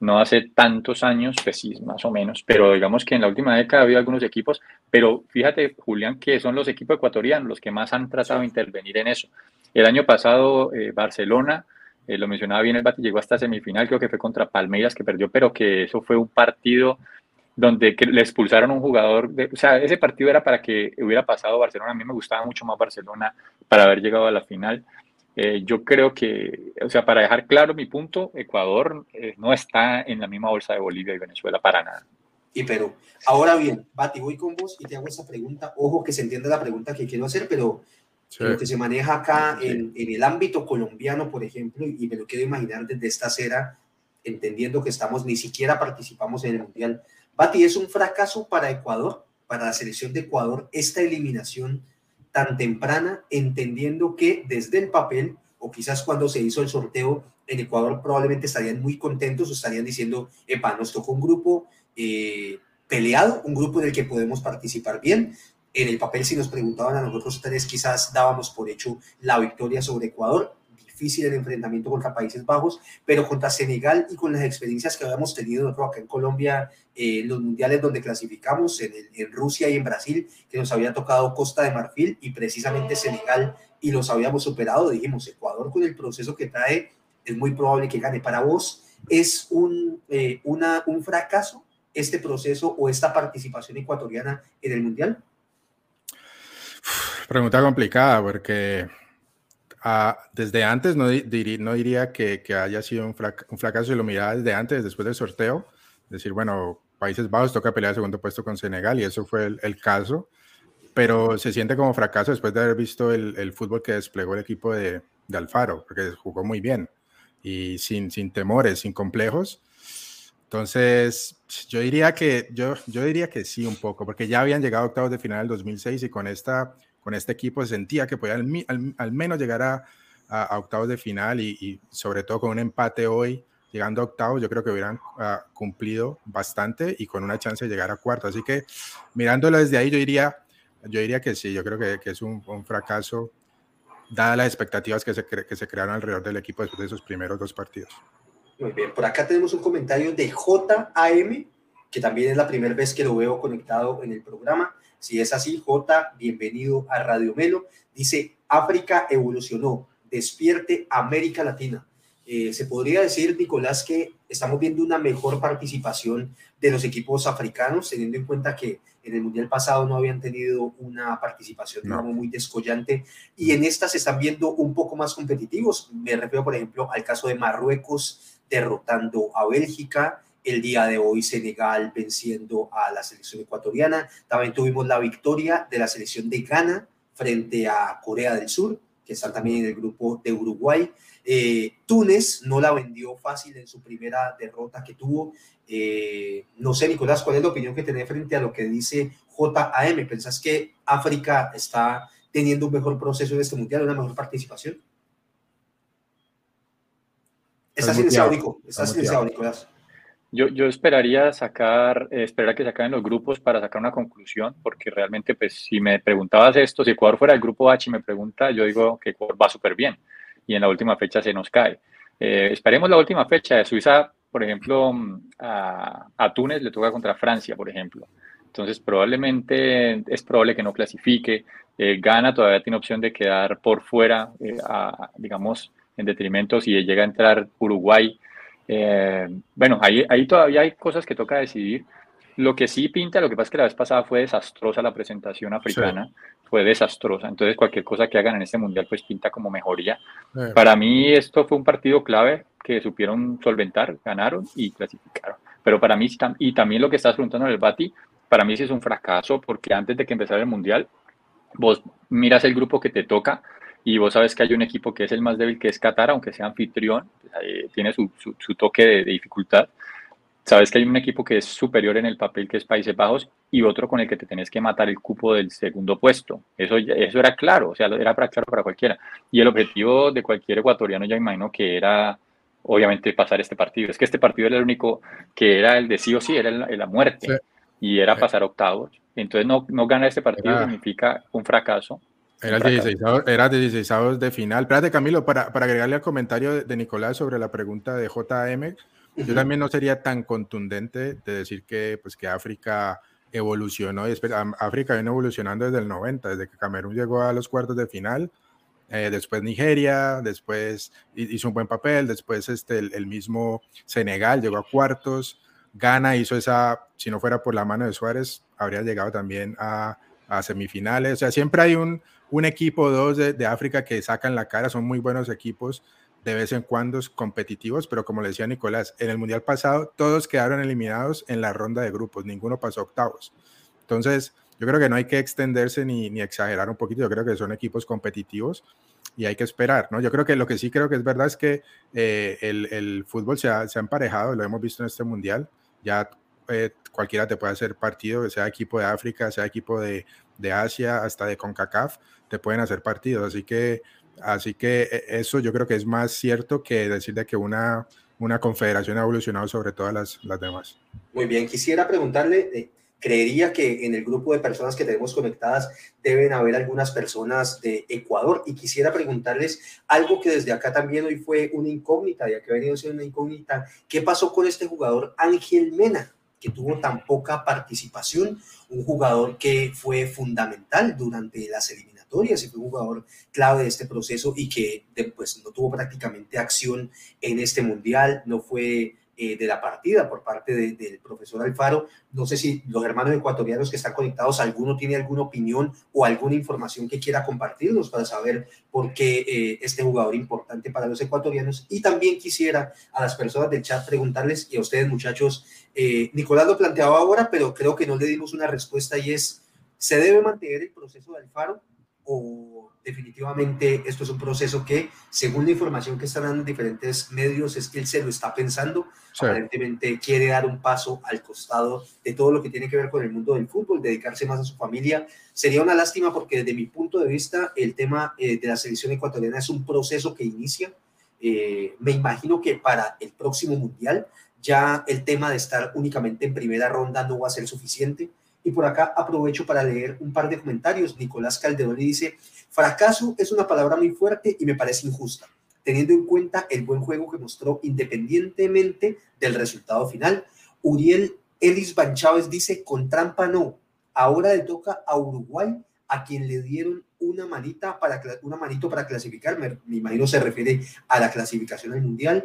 no hace tantos años, pues sí, más o menos, pero digamos que en la última década ha habido algunos equipos, pero fíjate, Julián, que son los equipos ecuatorianos los que más han tratado de Sí. intervenir en eso. El año pasado, Barcelona, lo mencionaba bien el Bati, llegó hasta semifinal, creo que fue contra Palmeiras que perdió, pero que eso fue un partido donde le expulsaron a un jugador, o sea, ese partido era para que hubiera pasado Barcelona, a mí me gustaba mucho más Barcelona para haber llegado a la final. Yo creo que, o sea, para dejar claro mi punto, Ecuador no está en la misma bolsa de Bolivia y Venezuela para nada. Y Perú. Ahora bien, Bati, voy con vos y te hago esa pregunta. Ojo que se entienda la pregunta que quiero hacer, pero Sí. lo que se maneja acá Sí. en el ámbito colombiano, por ejemplo, y me lo quiero imaginar desde esta acera, entendiendo que estamos, ni siquiera participamos en el Mundial. Bati, ¿es un fracaso para Ecuador, para la selección de Ecuador, esta eliminación tan temprana, entendiendo que desde el papel, o quizás cuando se hizo el sorteo, en Ecuador probablemente estarían muy contentos o estarían diciendo, epa, nos tocó un grupo peleado, un grupo en el que podemos participar bien? En el papel, si nos preguntaban a nosotros tres, quizás dábamos por hecho la victoria sobre Ecuador. Difícil el enfrentamiento contra Países Bajos, pero contra Senegal y con las experiencias que habíamos tenido nosotros acá en Colombia, los mundiales donde clasificamos, en Rusia y en Brasil, que nos había tocado Costa de Marfil y precisamente Senegal, y los habíamos superado, dijimos, Ecuador con el proceso que trae, es muy probable que gane. Para vos, ¿es un fracaso este proceso o esta participación ecuatoriana en el Mundial? Pregunta complicada porque desde antes no diría que haya sido un fracaso, y lo miraba desde antes, después del sorteo, decir, bueno, Países Bajos toca pelear el segundo puesto con Senegal y eso fue el caso, pero se siente como fracaso después de haber visto el fútbol que desplegó el equipo de Alfaro, porque jugó muy bien y sin temores, sin complejos. Entonces, yo diría que sí un poco, porque ya habían llegado a octavos de final en el 2006 y con este equipo sentía que podía al menos llegar a octavos de final y sobre todo con un empate hoy, llegando a octavos, yo creo que hubieran cumplido bastante y con una chance de llegar a cuartos. Así que mirándolo desde ahí, yo diría que sí, yo creo que es un fracaso, dadas las expectativas que se crearon alrededor del equipo después de esos primeros dos partidos. Muy bien, por acá tenemos un comentario de JAM, que también es la primera vez que lo veo conectado en el programa. Si es así, J, bienvenido a Radio Melo. Dice, África evolucionó, despierte América Latina. Se podría decir, Nicolás, que estamos viendo una mejor participación de los equipos africanos, teniendo en cuenta que en el Mundial pasado no habían tenido una participación, digamos, muy descollante, y en esta se están viendo un poco más competitivos. Me refiero, por ejemplo, al caso de Marruecos, derrotando a Bélgica, el día de hoy Senegal venciendo a la selección ecuatoriana. También tuvimos la victoria de la selección de Ghana frente a Corea del Sur, que están también en el grupo de Uruguay. Túnez no la vendió fácil en su primera derrota que tuvo. No sé, Nicolás, ¿cuál es la opinión que tenés frente a lo que dice JAM? ¿Pensás que África está teniendo un mejor proceso en este mundial, una mejor participación? Estás silenciado, Nicolás. Yo esperaría esperar que se acaben los grupos para sacar una conclusión, porque realmente, pues, si me preguntabas esto, si Ecuador fuera el grupo H y me pregunta, yo digo que Ecuador va súper bien y en la última fecha se nos cae. Esperemos la última fecha de Suiza, por ejemplo, a Túnez le toca contra Francia, por ejemplo. Entonces, probablemente es probable que no clasifique. Ghana todavía tiene opción de quedar por fuera, digamos, en detrimento si llega a entrar Uruguay. Bueno, ahí todavía hay cosas que toca decidir. Lo que sí pinta, lo que pasa es que la vez pasada fue desastrosa la presentación africana, sí. Fue desastrosa. Entonces, cualquier cosa que hagan en este mundial, pues pinta como mejoría. Para mí, esto fue un partido clave que supieron solventar, ganaron y clasificaron. Pero para mí, y también lo que estás preguntando en el Bati, para mí sí es un fracaso, porque antes de que empezara el mundial, vos miras el grupo que te toca y vos sabes que hay un equipo que es el más débil, que es Qatar, aunque sea anfitrión, tiene su toque de dificultad. Sabes que hay un equipo que es superior en el papel, que es Países Bajos, y otro con el que te tenés que matar el cupo del segundo puesto. Eso era claro, o sea, era claro para cualquiera. Y el objetivo de cualquier ecuatoriano, ya imagino que era, obviamente, pasar este partido. Es que este partido era el único que era el de sí o sí, era la muerte, sí. Y era pasar octavos. Entonces, no ganar este partido significa un fracaso. Era 16avos de final. Espérate, Camilo, para agregarle al comentario de Nicolás sobre la pregunta de JM, Yo también no sería tan contundente de decir que, pues, que África evolucionó. África viene evolucionando desde el 90, desde que Camerún llegó a los cuartos de final. Después Nigeria, después hizo un buen papel, después el mismo Senegal llegó a cuartos. Ghana hizo esa, si no fuera por la mano de Suárez, habría llegado también a semifinales. O sea, siempre hay un equipo o dos de África que sacan la cara, son muy buenos equipos, de vez en cuando competitivos, pero como le decía Nicolás, en el Mundial pasado todos quedaron eliminados en la ronda de grupos, ninguno pasó a octavos. Entonces, yo creo que no hay que extenderse ni exagerar un poquito, yo creo que son equipos competitivos y hay que esperar, ¿no? Yo creo que lo que sí creo que es verdad es que el fútbol se ha emparejado, lo hemos visto en este Mundial, ya cualquiera te puede hacer partido, sea equipo de África, sea equipo de Asia, hasta de CONCACAF, te pueden hacer partidos, así que eso yo creo que es más cierto que decir de que una confederación ha evolucionado sobre todas las demás. Muy bien, quisiera preguntarle, creería que en el grupo de personas que tenemos conectadas deben haber algunas personas de Ecuador y quisiera preguntarles algo que desde acá también hoy fue una incógnita, ya que ha venido siendo una incógnita. ¿Qué pasó con este jugador Ángel Mena, que tuvo tan poca participación? Un jugador que fue fundamental durante las eliminatorias y fue un jugador clave de este proceso y que pues, no tuvo prácticamente acción en este mundial, no fue de la partida por parte del profesor Alfaro. No sé si los hermanos ecuatorianos que están conectados, alguno tiene alguna opinión o alguna información que quiera compartirnos para saber por qué este jugador importante para los ecuatorianos. Y también quisiera a las personas del chat preguntarles, y a ustedes muchachos, Nicolás lo planteaba ahora, pero creo que no le dimos una respuesta y es, ¿se debe mantener el proceso de Alfaro o definitivamente esto es un proceso que, según la información que están dando diferentes medios, es que él se lo está pensando? Sí. Aparentemente quiere dar un paso al costado de todo lo que tiene que ver con el mundo del fútbol, dedicarse más a su familia. Sería una lástima porque desde mi punto de vista el tema de la selección ecuatoriana es un proceso que inicia. Me imagino que para el próximo mundial ya el tema de estar únicamente en primera ronda no va a ser suficiente. Y por acá aprovecho para leer un par de comentarios. Nicolás Calderoni dice: fracaso es una palabra muy fuerte y me parece injusta, teniendo en cuenta el buen juego que mostró independientemente del resultado final. Uriel Elis Van Chávez dice: con trampa no, ahora le toca a Uruguay, a quien le dieron una manito para clasificar, me imagino se refiere a la clasificación al Mundial.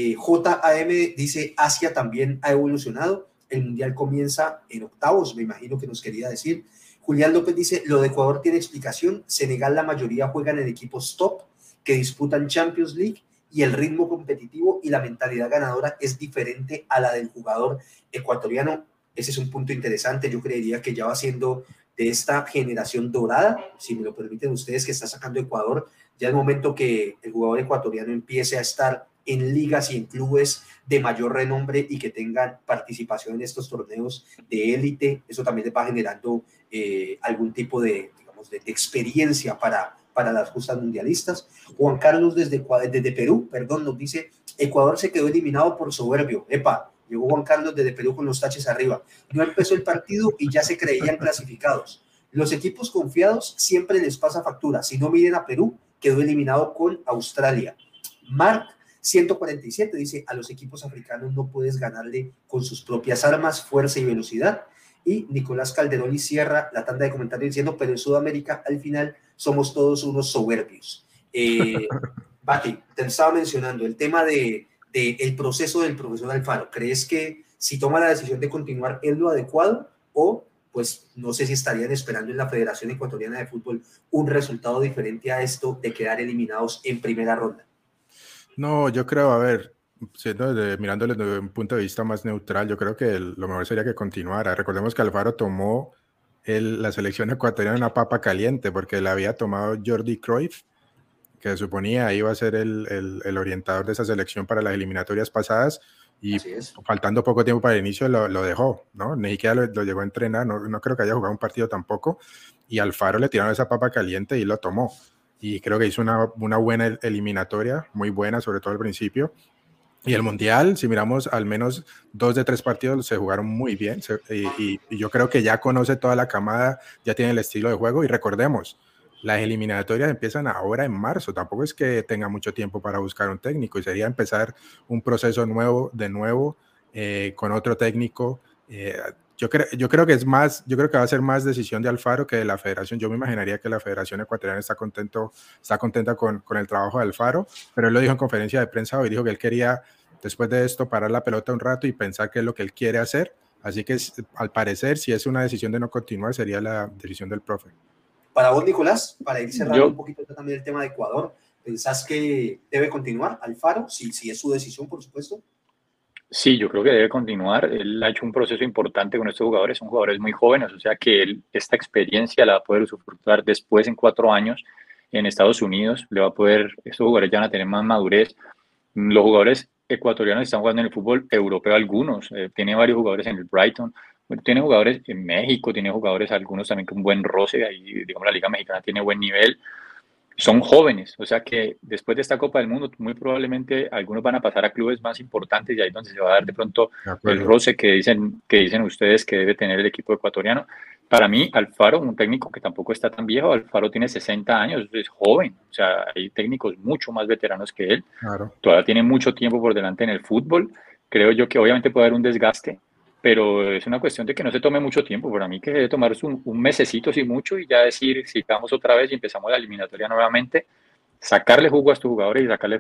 JAM dice: Asia también ha evolucionado, el Mundial comienza en octavos, me imagino que nos quería decir. Julián López dice: lo de Ecuador tiene explicación, Senegal la mayoría juegan en equipos top que disputan Champions League y el ritmo competitivo y la mentalidad ganadora es diferente a la del jugador ecuatoriano. Ese es un punto interesante, yo creería que ya va siendo de esta generación dorada, si me lo permiten ustedes, que está sacando Ecuador, ya es momento que el jugador ecuatoriano empiece a estar en ligas y en clubes de mayor renombre y que tengan participación en estos torneos de élite. Eso también les va generando algún tipo de, digamos, de experiencia para las justas mundialistas. Juan Carlos desde Perú, nos dice: Ecuador se quedó eliminado por soberbio. Llegó Juan Carlos desde Perú con los taches arriba. No empezó el partido y ya se creían clasificados. Los equipos confiados siempre les pasa factura. Si no, miren a Perú, quedó eliminado con Australia. Marc 147 dice: a los equipos africanos no puedes ganarle con sus propias armas, fuerza y velocidad. Y Nicolás Calderoni cierra la tanda de comentarios diciendo: pero en Sudamérica al final somos todos unos soberbios. Bati, te estaba mencionando el tema de el proceso del profesor Alfaro. ¿Crees que si toma la decisión de continuar es lo adecuado o pues no sé si estarían esperando en la Federación Ecuatoriana de Fútbol un resultado diferente a esto de quedar eliminados en primera ronda? No, yo creo, a ver, mirándolo desde un punto de vista más neutral, yo creo que lo mejor sería que continuara. Recordemos que Alfaro tomó la selección ecuatoriana una papa caliente porque la había tomado Jordi Cruyff, que se suponía iba a ser el orientador de esa selección para las eliminatorias pasadas, y faltando poco tiempo para el inicio lo dejó, ¿no? Ni siquiera lo llegó a entrenar, no creo que haya jugado un partido tampoco, y Alfaro le tiraron esa papa caliente y lo tomó. Y creo que hizo una buena eliminatoria, muy buena, sobre todo al principio. Y el Mundial, si miramos, al menos 2 de 3 partidos se jugaron muy bien. Y yo creo que ya conoce toda la camada, ya tiene el estilo de juego. Y recordemos, las eliminatorias empiezan ahora en marzo, tampoco es que tenga mucho tiempo para buscar un técnico, y sería empezar un proceso nuevo, con otro técnico. Yo creo que va a ser más decisión de Alfaro que de la federación. Yo me imaginaría que la Federación Ecuatoriana está contenta con el trabajo de Alfaro, pero él lo dijo en conferencia de prensa hoy, dijo que él quería, después de esto, parar la pelota un rato y pensar qué es lo que él quiere hacer. Así que, al parecer, si es una decisión de no continuar, sería la decisión del profe. Para vos, Nicolás, para ir cerrando un poquito también el tema de Ecuador, ¿pensás que debe continuar Alfaro? Si es su decisión, por supuesto. Sí, yo creo que debe continuar. Él ha hecho un proceso importante con estos jugadores, son jugadores muy jóvenes, o sea que esta experiencia la va a poder usufructuar después en 4 años en Estados Unidos. Estos jugadores ya van a tener más madurez. Los jugadores ecuatorianos están jugando en el fútbol europeo, algunos. Tiene varios jugadores en el Brighton, tiene jugadores en México, tiene jugadores algunos también con buen roce. Ahí, digamos, la Liga Mexicana tiene buen nivel. Son jóvenes, o sea que después de esta Copa del Mundo muy probablemente algunos van a pasar a clubes más importantes y ahí es donde se va a dar de pronto el roce que dicen ustedes que debe tener el equipo ecuatoriano. Para mí, Alfaro, un técnico que tampoco está tan viejo, Alfaro tiene 60 años, es joven, o sea, hay técnicos mucho más veteranos que él, claro. Todavía tiene mucho tiempo por delante en el fútbol. Creo yo que obviamente puede haber un desgaste, pero es una cuestión de que no se tome mucho tiempo. Para mí que debe tomarse un mesecito, si mucho, y ya decir, si vamos otra vez y empezamos la eliminatoria nuevamente, sacarle jugo a estos jugadores y sacarle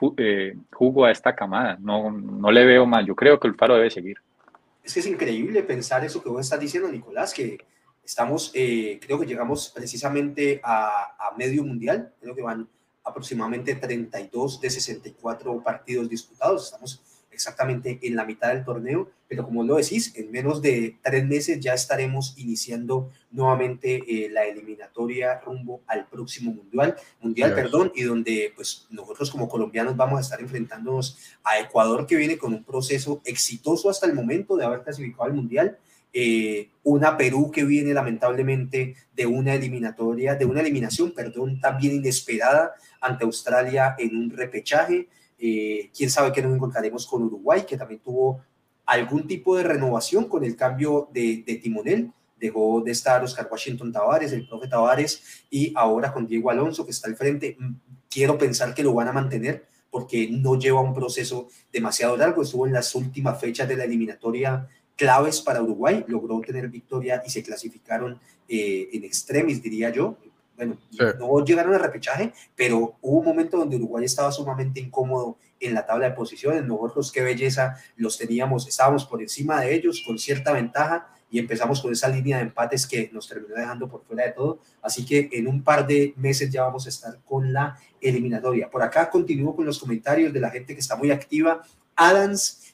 jugo a esta camada. No le veo mal. Yo creo que el Faro debe seguir. Es que es increíble pensar eso que vos estás diciendo, Nicolás, que estamos, creo que llegamos precisamente a medio mundial. Creo que van aproximadamente 32 de 64 partidos disputados. Estamos exactamente en la mitad del torneo, pero como lo decís, en menos de 3 meses ya estaremos iniciando nuevamente la eliminatoria rumbo al próximo mundial, y donde pues nosotros como colombianos vamos a estar enfrentándonos a Ecuador, que viene con un proceso exitoso hasta el momento de haber clasificado al mundial, una Perú que viene lamentablemente de una eliminación también inesperada ante Australia en un repechaje. Quién sabe qué nos encontraremos con Uruguay, que también tuvo algún tipo de renovación con el cambio de timonel. Dejó de estar Oscar Washington Tabárez, el profe Tabárez, y ahora con Diego Alonso, que está al frente. Quiero pensar que lo van a mantener porque no lleva un proceso demasiado largo. Estuvo en las últimas fechas de la eliminatoria claves para Uruguay, logró tener victoria y se clasificaron en extremis, diría yo. Bueno, sí, no llegaron al repechaje, pero hubo un momento donde Uruguay estaba sumamente incómodo en la tabla de posiciones. Nosotros, qué belleza, estábamos por encima de ellos con cierta ventaja y empezamos con esa línea de empates que nos terminó dejando por fuera de todo. Así que en un par de meses ya vamos a estar con la eliminatoria. Por acá continúo con los comentarios de la gente que está muy activa. Adams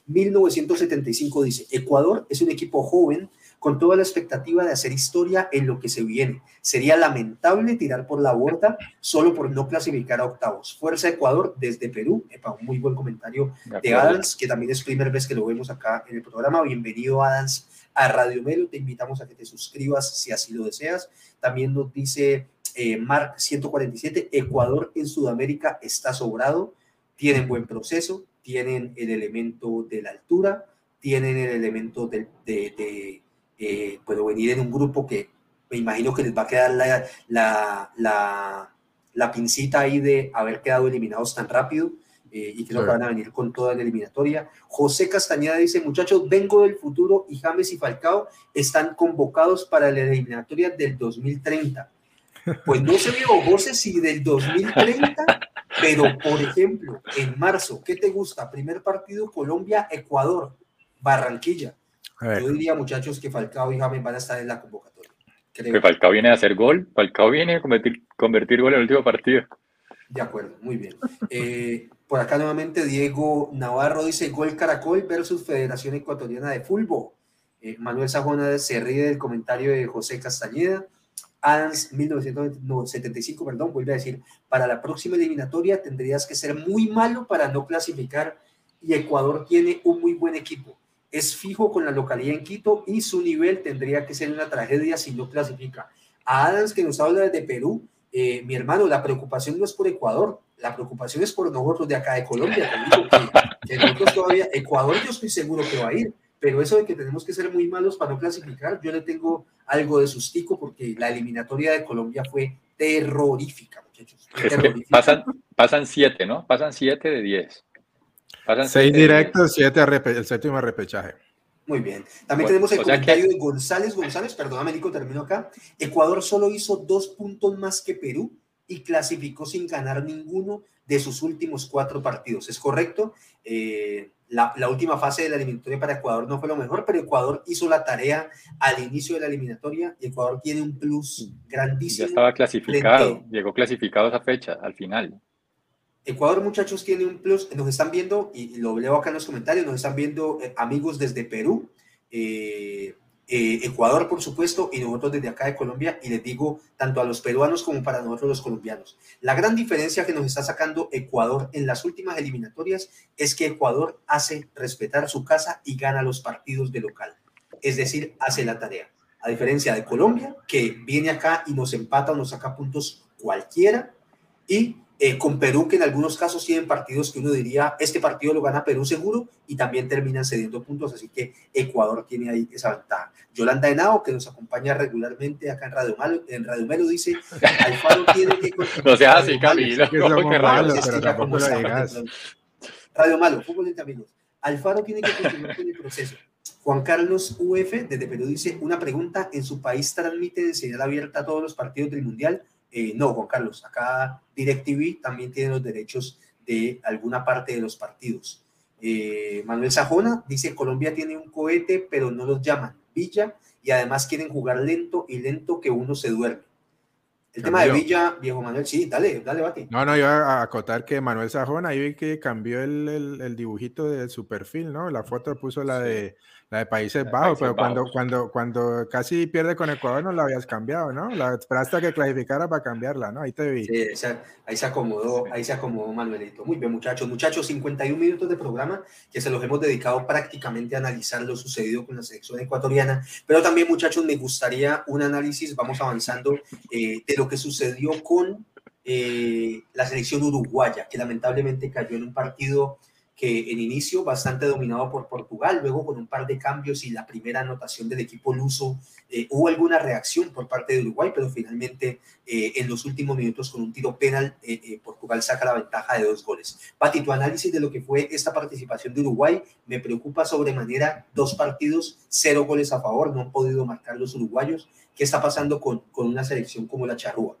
1975 dice: Ecuador es un equipo joven con toda la expectativa de hacer historia en lo que se viene. Sería lamentable tirar por la borda solo por no clasificar a octavos. Fuerza Ecuador desde Perú. Un muy buen comentario de Adams, que también es primera vez que lo vemos acá en el programa. Bienvenido, Adams, a Radio Melo. Te invitamos a que te suscribas si así lo deseas. También nos dice Mark 147, Ecuador en Sudamérica está sobrado, tienen buen proceso, tienen el elemento de la altura, tienen el elemento puedo venir en un grupo que me imagino que les va a quedar la pincita ahí de haber quedado eliminados tan rápido, y creo que van a venir con toda la eliminatoria. José Castañeda dice: muchachos, vengo del futuro y James y Falcao están convocados para la eliminatoria del 2030. Pues no sé, Diego José, si del 2030, pero por ejemplo, en marzo, ¿qué te gusta? Primer partido, Colombia-Ecuador, Barranquilla. Yo diría, muchachos, que Falcao y James van a estar en la convocatoria. Que Falcao viene a hacer gol, Falcao viene a convertir gol en el último partido. De acuerdo, muy bien. Por acá nuevamente Diego Navarro dice: gol Caracol versus Federación Ecuatoriana de Fútbol. Manuel Sajona se ríe del comentario de José Castañeda. Adams 1975, vuelve a decir: para la próxima eliminatoria tendrías que ser muy malo para no clasificar, y Ecuador tiene un muy buen equipo. Es fijo con la localidad en Quito y su nivel tendría que ser una tragedia si no clasifica. A Adams, que nos habla desde Perú, mi hermano, la preocupación no es por Ecuador, la preocupación es por nosotros de acá de Colombia. Te digo que nosotros todavía, Ecuador yo estoy seguro que va a ir, pero eso de que tenemos que ser muy malos para no clasificar, yo le tengo algo de sustico, porque la eliminatoria de Colombia fue terrorífica, muchachos. Es terrorífica. Que pasan 7, ¿no? Pasan 7 de 10. Pasan 6 directos, 7 el séptimo repechaje. Muy bien. También tenemos el comentario de González. Perdóname, Nico, termino acá. Ecuador solo hizo 2 puntos más que Perú y clasificó sin ganar ninguno de sus últimos 4 partidos. ¿Es correcto? La última fase de la eliminatoria para Ecuador no fue lo mejor, pero Ecuador hizo la tarea al inicio de la eliminatoria y Ecuador tiene un plus grandísimo. Ya estaba clasificado, llegó clasificado a esa fecha, al final. Ecuador, muchachos, tiene un plus. Nos están viendo, y lo leo acá en los comentarios, nos están viendo amigos desde Perú, Ecuador, por supuesto, y nosotros desde acá de Colombia, y les digo, tanto a los peruanos como para nosotros los colombianos, la gran diferencia que nos está sacando Ecuador en las últimas eliminatorias es que Ecuador hace respetar su casa y gana los partidos de local, es decir, hace la tarea, a diferencia de Colombia, que viene acá y nos empata o nos saca puntos cualquiera, y con Perú, que en algunos casos tienen partidos que uno diría, este partido lo gana Perú seguro, y también terminan cediendo puntos, así que Ecuador tiene ahí esa ventaja. Yolanda Henao, que nos acompaña regularmente acá en Radio Melo, dice, Alfaro tiene que... No seas así, Camilo. Radio Malo, fútbol entre amigos. Alfaro tiene que continuar con el proceso. Juan Carlos UF, desde Perú, dice, una pregunta, ¿en su país transmite de señal abierta todos los partidos del Mundial? No, Juan Carlos, acá DirecTV también tiene los derechos de alguna parte de los partidos. Manuel Sajona dice, Colombia tiene un cohete, pero no los llaman Villa, y además quieren jugar lento y lento que uno se duerme. El tema de Villa, viejo Manuel, sí, dale, Bati. No, iba a acotar que Manuel Sajona, ahí vi que cambió el dibujito de su perfil, ¿no? La foto puso la de Países Bajos, pero cuando casi pierde con Ecuador no la habías cambiado, ¿no? La esperaste a que clasificara para cambiarla, ¿no? Ahí te vi. Sí, ahí se acomodó Manuelito. Muy bien, muchachos, 51 minutos de programa que se los hemos dedicado prácticamente a analizar lo sucedido con la selección ecuatoriana, pero también, muchachos, me gustaría un análisis, vamos avanzando, de lo que sucedió con la selección uruguaya, que lamentablemente cayó en un partido que en inicio bastante dominado por Portugal, luego con un par de cambios y la primera anotación del equipo luso, hubo alguna reacción por parte de Uruguay, pero finalmente en los últimos minutos con un tiro penal, Portugal saca la ventaja de 2 goles. Pati, tu análisis de lo que fue esta participación de Uruguay, me preocupa sobremanera, 2 partidos, 0 goles a favor, no han podido marcar los uruguayos. ¿Qué está pasando con una selección como la charrúa?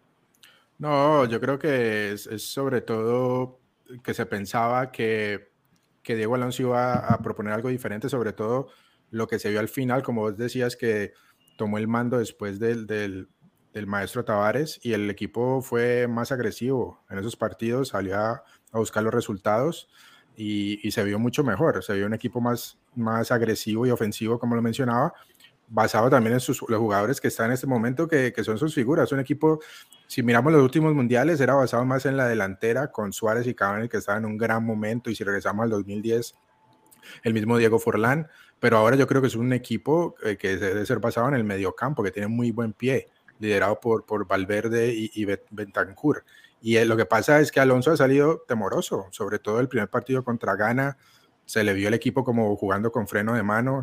No, yo creo que es sobre todo que se pensaba que Diego Alonso iba a proponer algo diferente, sobre todo lo que se vio al final, como vos decías, que tomó el mando después del maestro Tavares y el equipo fue más agresivo en esos partidos, salió a buscar los resultados y se vio mucho mejor, se vio un equipo más agresivo y ofensivo, como lo mencionaba, basado también en los jugadores que están en este momento, que son sus figuras. Un equipo, si miramos los últimos mundiales, era basado más en la delantera, con Suárez y Cavani, que estaban en un gran momento, y si regresamos al 2010, el mismo Diego Forlán, pero ahora yo creo que es un equipo que debe ser basado en el mediocampo, que tiene muy buen pie, liderado por Valverde y Bentancur. Y lo que pasa es que Alonso ha salido temoroso, sobre todo el primer partido contra Ghana, se le vio el equipo como jugando con freno de mano,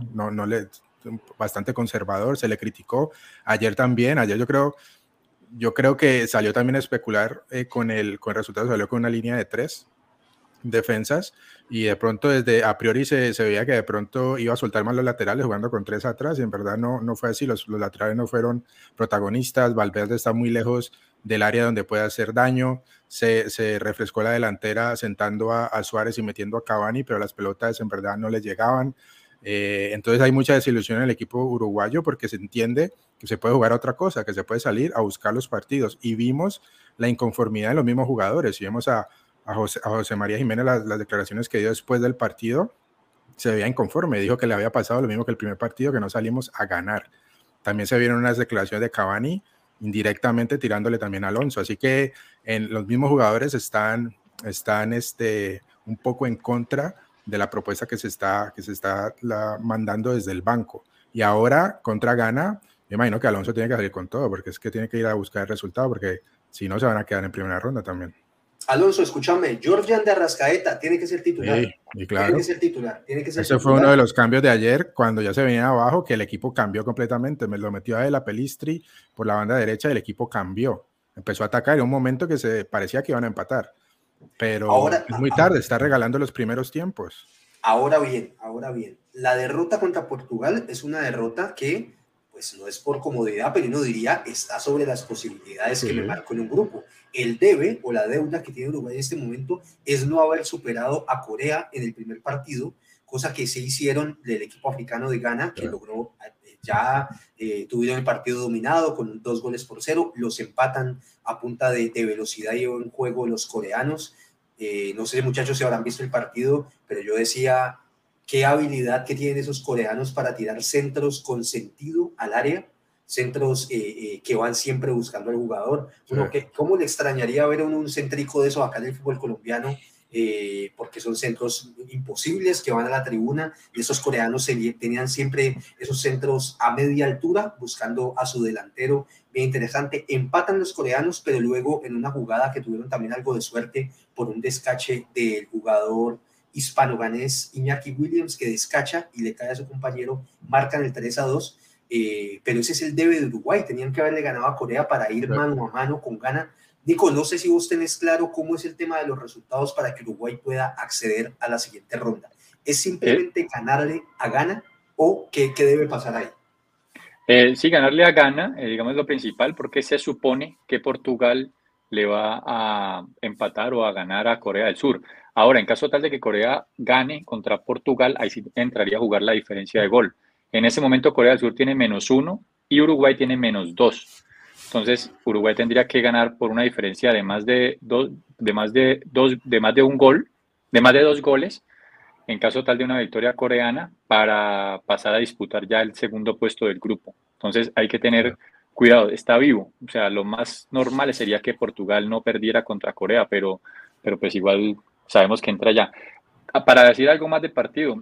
bastante conservador, se le criticó. Ayer yo creo que salió también a especular con el resultado, salió con una línea de 3 defensas y de pronto a priori se veía que de pronto iba a soltar más los laterales jugando con 3 atrás, y en verdad no fue así. Los laterales no fueron protagonistas. Valverde está muy lejos del área donde puede hacer daño, se refrescó la delantera sentando a Suárez y metiendo a Cavani, pero las pelotas en verdad no le llegaban. Entonces hay mucha desilusión en el equipo uruguayo, porque se entiende que se puede jugar a otra cosa, que se puede salir a buscar los partidos, y vimos la inconformidad de los mismos jugadores. Y vemos a José María Jiménez, las declaraciones que dio después del partido, se veía inconforme, dijo que le había pasado lo mismo que el primer partido, que no salimos a ganar. También se vieron unas declaraciones de Cavani indirectamente tirándole también a Alonso, así que los mismos jugadores están un poco en contra de la propuesta que se está mandando desde el banco. Y ahora contra Ghana, me imagino que Alonso tiene que salir con todo, porque es que tiene que ir a buscar el resultado, porque si no se van a quedar en primera ronda también. Alonso, escúchame, Georgian de Arrascaeta tiene que ser titular. Sí, claro. Tiene que ser titular. Ese fue uno de los cambios de ayer, cuando ya se venía abajo, que el equipo cambió completamente. Me lo metió a él a Pelistri por la banda derecha y el equipo cambió. empezó a atacar en un momento que se parecía que iban a empatar, pero Ahora, es muy tarde, está regalando los primeros tiempos. ahora bien, la derrota contra Portugal es una derrota que, pues no es por comodidad, pero uno diría, está sobre las posibilidades Sí, que me marco en un grupo. El debe o la deuda que tiene Uruguay en este momento es no haber superado a Corea en el primer partido, cosa que se hicieron del equipo africano de Ghana, que logró, tuvieron el partido dominado con 2-0, los empatan a punta de velocidad y en juego los coreanos. No sé, muchachos, si habrán visto el partido, pero yo decía, qué habilidad que tienen esos coreanos para tirar centros con sentido al área, centros que van siempre buscando al jugador. sí. ¿Cómo le extrañaría ver un céntrico de esos acá en el fútbol colombiano? Porque son centros imposibles que van a la tribuna, y esos coreanos tenían siempre esos centros a media altura buscando a su delantero. Bien interesante, empatan los coreanos, pero luego en una jugada que tuvieron también algo de suerte por un descache del jugador hispano-ganés Iñaki Williams, que descacha y le cae a su compañero, marcan el 3-2, pero ese es el debe de Uruguay, tenían que haberle ganado a Corea para ir mano a mano con Ghana. Nico, no sé si vos tenés claro cómo es el tema de los resultados para que Uruguay pueda acceder a la siguiente ronda. ¿Es simplemente ganarle a Ghana o qué debe pasar ahí? Sí, ganarle a Ghana, digamos lo principal, porque se supone que Portugal le va a empatar o a ganar a Corea del Sur. Ahora, en caso tal de que Corea gane contra Portugal, ahí sí entraría a jugar la diferencia de gol. En ese momento Corea del Sur tiene -1 y Uruguay tiene -2. Entonces, Uruguay tendría que ganar por una diferencia de más de un gol, de más de 2 goles, en caso tal de una victoria coreana, para pasar a disputar ya el segundo puesto del grupo. Entonces hay que tener cuidado, está vivo. O sea, lo más normal sería que Portugal no perdiera contra Corea, pero pues igual sabemos que entra ya. Para decir algo más del partido,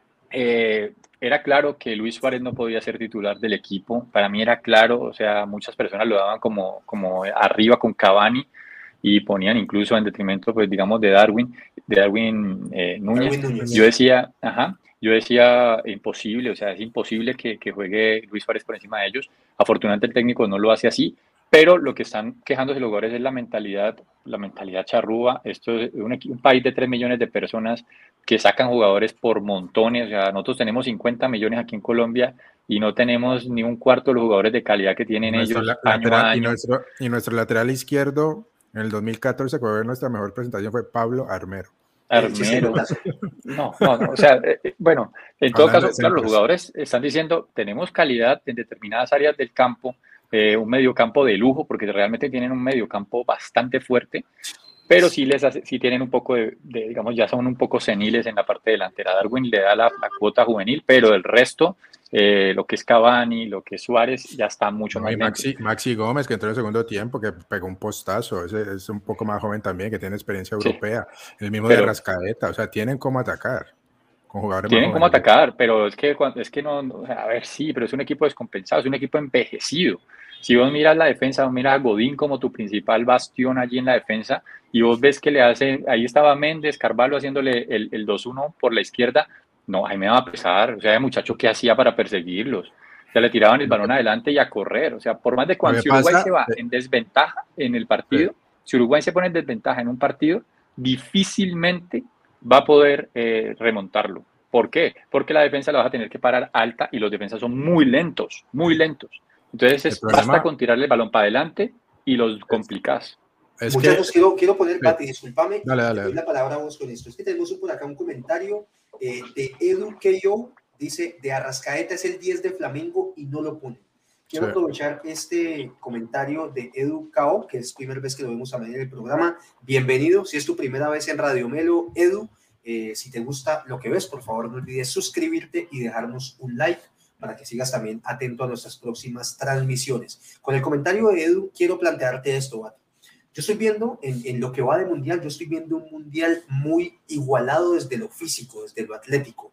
era claro que Luis Suárez no podía ser titular del equipo. Para mí era claro, o sea, muchas personas lo daban como arriba con Cavani y ponían incluso en detrimento, pues digamos, de Darwin Núñez. Núñez. Yo decía imposible, o sea, es imposible que juegue Luis Suárez por encima de ellos. Afortunadamente el técnico no lo hace así, pero lo que están quejándose los jugadores es la mentalidad charrúa. Esto es un país de 3 millones de personas que sacan jugadores por montones. O sea, nosotros tenemos 50 millones aquí en Colombia y no tenemos ni un cuarto de los jugadores de calidad que tienen ellos año a año. Y nuestro lateral izquierdo en el 2014, que fue nuestra mejor presentación, fue Pablo Armero. Armero. No, o sea, bueno, en todo caso, claro, los jugadores están diciendo, tenemos calidad en determinadas áreas del campo, un mediocampo de lujo, porque realmente tienen un mediocampo bastante fuerte, pero sí tienen un poco digamos, ya son un poco seniles en la parte delantera. Darwin le da la cuota juvenil, pero el resto, lo que es Cavani, lo que es Suárez, ya está mucho más lento. Maxi Gómez, que entró en el segundo tiempo, que pegó un postazo, ese es un poco más joven también, que tiene experiencia europea. Sí, el mismo de Arrascaeta, o sea, tienen cómo atacar. Con jugadores tienen cómo atacar, pero es que no, a ver, sí, pero es un equipo descompensado, es un equipo envejecido. Si vos miras la defensa, vos miras a Godín como tu principal bastión allí en la defensa, y vos ves que le hacen, ahí estaba Méndez, Carvalho haciéndole el 2-1 por la izquierda. No, ahí me va a pesar, o sea, el muchacho, ¿qué hacía para perseguirlos? O sea, le tiraban el balón adelante y a correr. O sea, por más de cuando si Uruguay se va en desventaja en el partido, si Uruguay se pone en desventaja en un partido, difícilmente va a poder remontarlo. ¿Por qué? Porque la defensa la vas a tener que parar alta y los defensas son muy lentos, muy lentos. Entonces basta con tirarle el balón para adelante y los complicás. Muchachos, quiero poner, Pati, discúlpame, te doy la palabra a vos con esto. Es que tenemos por acá un comentario de Edu Keyo, dice, de Arrascaeta es el 10 de Flamengo y no lo pone. Quiero aprovechar este comentario de Edu Cao, que es primera vez que lo vemos a medio del programa. Bienvenido, si es tu primera vez en Radio Melo, Edu, si te gusta lo que ves, por favor no olvides suscribirte y dejarnos un like para que sigas también atento a nuestras próximas transmisiones. Con el comentario de Edu, quiero plantearte esto, Bato. Yo estoy viendo, en lo que va de mundial, yo estoy viendo un mundial muy igualado desde lo físico, desde lo atlético.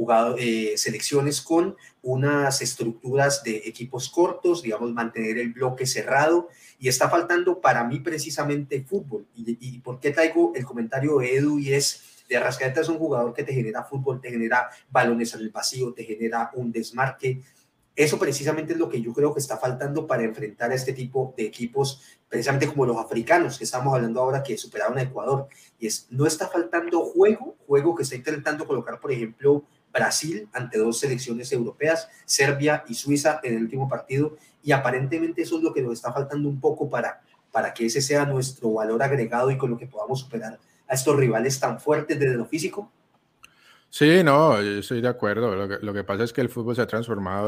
Selecciones con unas estructuras de equipos cortos, digamos, mantener el bloque cerrado, y está faltando para mí precisamente fútbol. ¿Y por qué traigo el comentario de Edu? Y es, de Arrascaeta es un jugador que te genera fútbol, te genera balones en el vacío, te genera un desmarque. Eso precisamente es lo que yo creo que está faltando para enfrentar a este tipo de equipos, precisamente como los africanos, que estamos hablando ahora, que superaron a Ecuador. Y no está faltando juego que está intentando colocar, por ejemplo, Brasil ante dos selecciones europeas, Serbia y Suiza en el último partido, y aparentemente eso es lo que nos está faltando un poco para que ese sea nuestro valor agregado y con lo que podamos superar a estos rivales tan fuertes desde lo físico. Sí, no, yo estoy de acuerdo. Lo que pasa es que el fútbol se ha transformado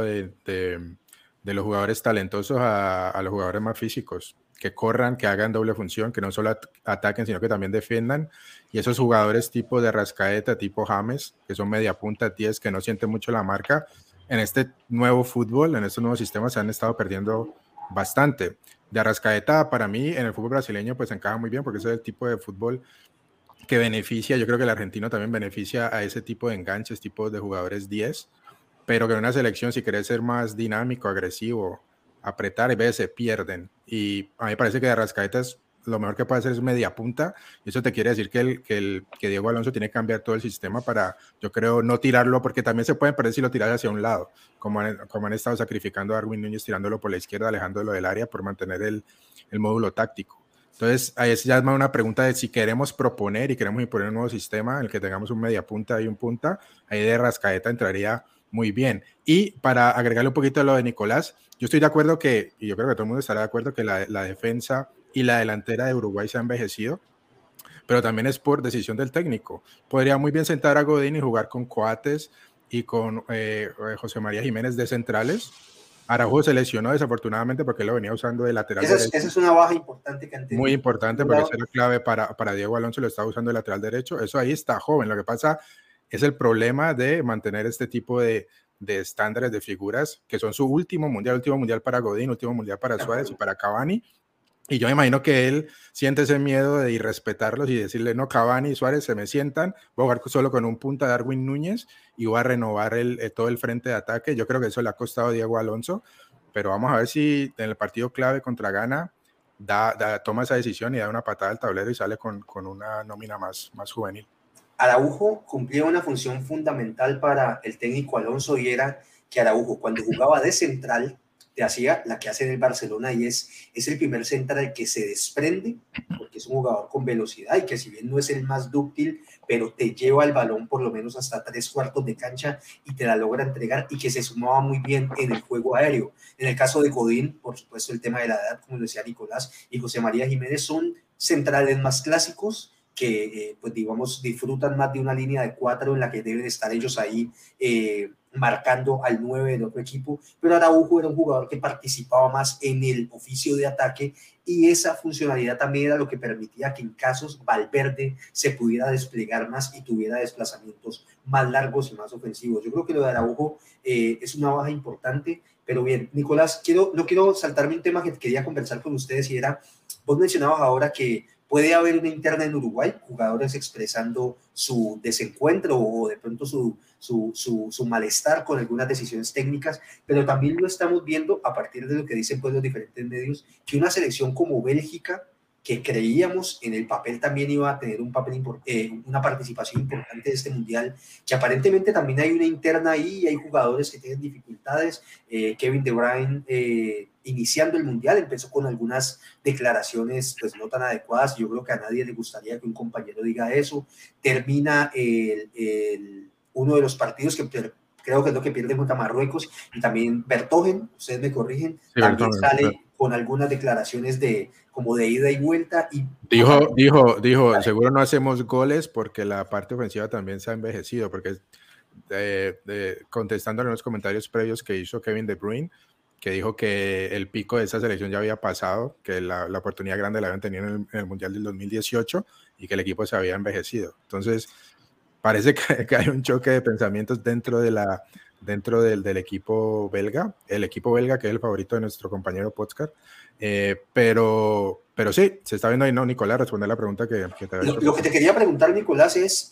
de los jugadores talentosos a los jugadores más físicos, que corran, que hagan doble función, que no solo ataquen, sino que también defiendan. Y esos jugadores tipo de Arrascaeta, tipo James, que son media punta, 10, que no sienten mucho la marca, en este nuevo fútbol, en estos nuevos sistemas, se han estado perdiendo bastante. De Arrascaeta, para mí, en el fútbol brasileño, pues encaja muy bien, porque ese es el tipo de fútbol que beneficia, yo creo que el argentino también beneficia a ese tipo de enganches, tipo de jugadores 10, pero que en una selección, si querés ser más dinámico, agresivo, apretar, a veces se pierden. Y a mí me parece que de Arrascaeta lo mejor que puede hacer es media punta, y eso te quiere decir que Diego Alonso tiene que cambiar todo el sistema para, yo creo, no tirarlo, porque también se pueden perder si lo tiras hacia un lado, como han estado sacrificando a Darwin Núñez, tirándolo por la izquierda, alejándolo del área por mantener el módulo táctico. Entonces, ahí ya es más una pregunta de si queremos proponer y queremos imponer un nuevo sistema en el que tengamos un media punta y un punta, ahí de Arrascaeta entraría muy bien. Y para agregarle un poquito a lo de Nicolás, yo estoy de acuerdo y yo creo que todo el mundo estará de acuerdo que la defensa y la delantera de Uruguay se ha envejecido, pero también es por decisión del técnico. Podría muy bien sentar a Godín y jugar con Coates y con José María Jiménez de centrales. Araujo se lesionó desafortunadamente porque lo venía usando de lateral derecho. Esa es una baja importante que han tenido. Muy importante porque esa era clave para Diego Alonso, lo estaba usando de lateral derecho. Eso ahí está joven. Lo que pasa es el problema de mantener este tipo de estándares de figuras que son su último mundial para Godín, último mundial para Suárez y para Cavani. Y yo me imagino que él siente ese miedo de irrespetarlos y decirle, no, Cavani y Suárez se me sientan, voy a jugar solo con un punta, Darwin Núñez, y voy a renovar todo el frente de ataque. Yo creo que eso le ha costado a Diego Alonso, pero vamos a ver si en el partido clave contra Ghana toma esa decisión y da una patada al tablero y sale con una nómina más juvenil. Araujo cumplía una función fundamental para el técnico Alonso, y era que Araujo, cuando jugaba de central, te hacía la que hace en el Barcelona, y es el primer central que se desprende, porque es un jugador con velocidad y que, si bien no es el más dúctil, pero te lleva el balón por lo menos hasta 3/4 de cancha y te la logra entregar, y que se sumaba muy bien en el juego aéreo. En el caso de Godín, por supuesto, el tema de la edad, como decía Nicolás, y José María Jiménez son centrales más clásicos, que pues digamos disfrutan más de una línea de 4 en la que deben estar ellos ahí marcando al 9 del otro equipo, pero Araujo era un jugador que participaba más en el oficio de ataque, y esa funcionalidad también era lo que permitía que en casos Valverde se pudiera desplegar más y tuviera desplazamientos más largos y más ofensivos. Yo creo que lo de Araujo es una baja importante. Pero bien, Nicolás, no quiero saltarme un tema que quería conversar con ustedes, y era, vos mencionabas ahora que puede haber una interna en Uruguay, jugadores expresando su desencuentro o de pronto su malestar con algunas decisiones técnicas, pero también lo estamos viendo a partir de lo que dicen pues los diferentes medios, que una selección como Bélgica, que creíamos en el papel también iba a tener una participación importante de este mundial, que aparentemente también hay una interna ahí, hay jugadores que tienen dificultades. Kevin De Bruyne, iniciando el mundial, empezó con algunas declaraciones pues no tan adecuadas. Yo creo que a nadie le gustaría que un compañero diga eso. Termina uno de los partidos que creo que es lo que pierde contra Marruecos, y también Vertonghen, ustedes me corrigen, sí, también sale con algunas declaraciones como de ida y vuelta. Y dijo, seguro no hacemos goles porque la parte ofensiva también se ha envejecido, porque contestando en los comentarios previos que hizo Kevin De Bruyne, que dijo que el pico de esa selección ya había pasado, que la oportunidad grande la habían tenido en el Mundial del 2018 y que el equipo se había envejecido. Entonces, parece que hay un choque de pensamientos dentro del equipo belga, el equipo belga que es el favorito de nuestro compañero Podskar, pero sí, se está viendo ahí, ¿no, Nicolás? Responder la pregunta que te había hecho. Lo que te quería preguntar, Nicolás, es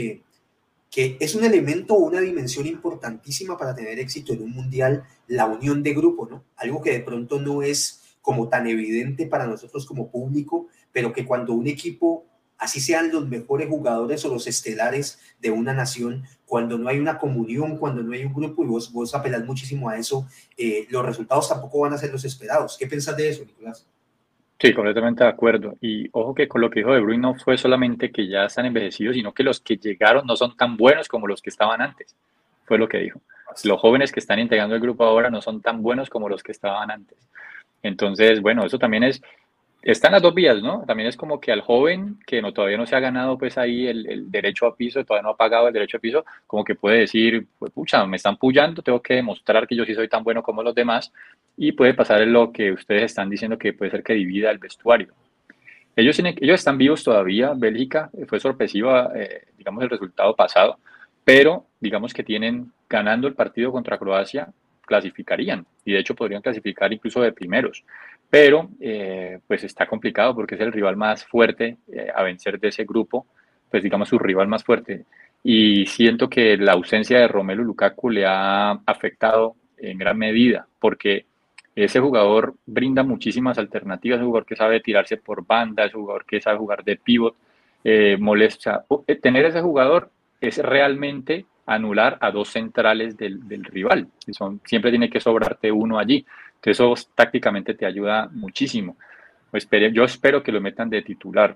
que es un elemento, una dimensión importantísima para tener éxito en un mundial, la unión de grupo, ¿no? Algo que de pronto no es como tan evidente para nosotros como público, pero que cuando un equipo así sean los mejores jugadores o los estelares de una nación, cuando no hay una comunión, cuando no hay un grupo, y vos apelás muchísimo a eso, los resultados tampoco van a ser los esperados. ¿Qué pensás de eso, Nicolás? Sí, completamente de acuerdo. Y ojo que con lo que dijo De Bruyne no fue solamente que ya están envejecidos, sino que los que llegaron no son tan buenos como los que estaban antes. Fue lo que dijo. Los jóvenes que están integrando el grupo ahora no son tan buenos como los que estaban antes. Entonces, bueno, eso también están las dos vías, ¿no? También es como que al joven que todavía no se ha ganado pues ahí el derecho a piso, todavía no ha pagado el derecho a piso, como que puede decir, pues, pucha, me están pullando, tengo que demostrar que yo sí soy tan bueno como los demás, y puede pasar en lo que ustedes están diciendo, que puede ser que divida el vestuario. Ellos están vivos todavía. Bélgica fue sorpresiva, digamos, el resultado pasado, pero digamos que ganando el partido contra Croacia, clasificarían, y de hecho podrían clasificar incluso de primeros, pero pues está complicado porque es el rival más fuerte a vencer de ese grupo, pues digamos su rival más fuerte, y siento que la ausencia de Romelu Lukaku le ha afectado en gran medida, porque ese jugador brinda muchísimas alternativas, es un jugador que sabe tirarse por banda, es un jugador que sabe jugar de pivot, molesta. Tener ese jugador es realmente anular a dos centrales del rival. Siempre tiene que sobrarte uno allí. Entonces eso tácticamente te ayuda muchísimo. Yo espero que lo metan de titular.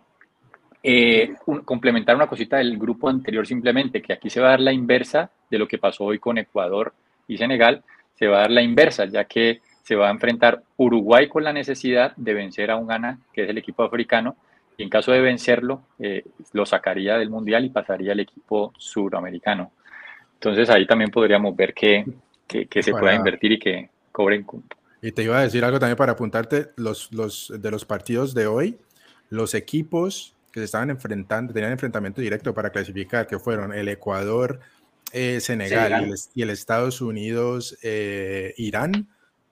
Complementar una cosita del grupo anterior simplemente, que aquí se va a dar la inversa de lo que pasó hoy con Ecuador y Senegal, se va a dar la inversa, ya que se va a enfrentar Uruguay con la necesidad de vencer a un Ghana, que es el equipo africano, y en caso de vencerlo, lo sacaría del Mundial y pasaría al equipo suramericano. Entonces ahí también podríamos ver que se pueda invertir y que cobren. Y te iba a decir algo también para apuntarte, de los partidos de hoy, los equipos que se estaban enfrentando, tenían enfrentamiento directo para clasificar, que fueron el Ecuador, Senegal. Y el Estados Unidos, Irán.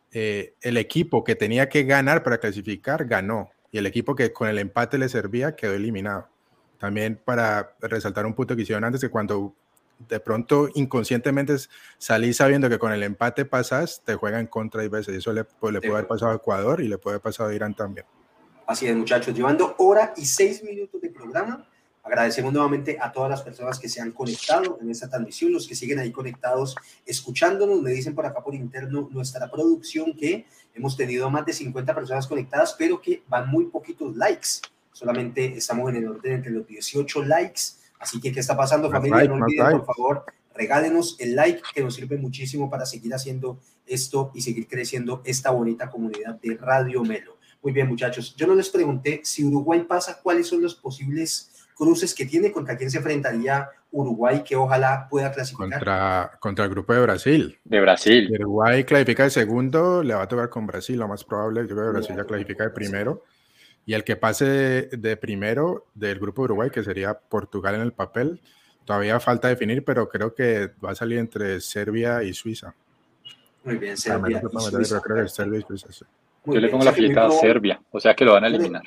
El equipo que tenía que ganar para clasificar, ganó. Y el equipo que con el empate le servía, quedó eliminado. También para resaltar un punto que hicieron antes, que cuando de pronto inconscientemente salís sabiendo que con el empate pasas, te juega en contra y veces. Eso le puede haber pasado a Ecuador y le puede haber pasado a Irán también. Así es, muchachos, llevando 1 hora y 6 minutos de programa. Agradecemos nuevamente a todas las personas que se han conectado en esta transmisión, los que siguen ahí conectados, escuchándonos. Me dicen por acá por interno nuestra producción que hemos tenido más de 50 personas conectadas, pero que van muy poquitos likes. Solamente estamos en el orden entre los 18 likes. Así que, ¿qué está pasando, familia? No olviden, por favor, regálenos el like, que nos sirve muchísimo para seguir haciendo esto y seguir creciendo esta bonita comunidad de Radio Melo. Muy bien, muchachos. Yo no les pregunté si Uruguay pasa, cuáles son los posibles cruces que tiene, contra quién se enfrentaría Uruguay, que ojalá pueda clasificar. Contra el grupo de Brasil. De Brasil. Si Uruguay clasifica el segundo, le va a tocar con Brasil, lo más probable. Yo creo que Brasil ya clasifica el primero. Y el que pase de primero del grupo de Uruguay, que sería Portugal en el papel, todavía falta definir, pero creo que va a salir entre Serbia y Suiza. Muy bien, Serbia y Suiza. Creo que es Serbia y Suiza, sí. Yo le pongo la fiesta a Serbia, o sea que lo van a eliminar.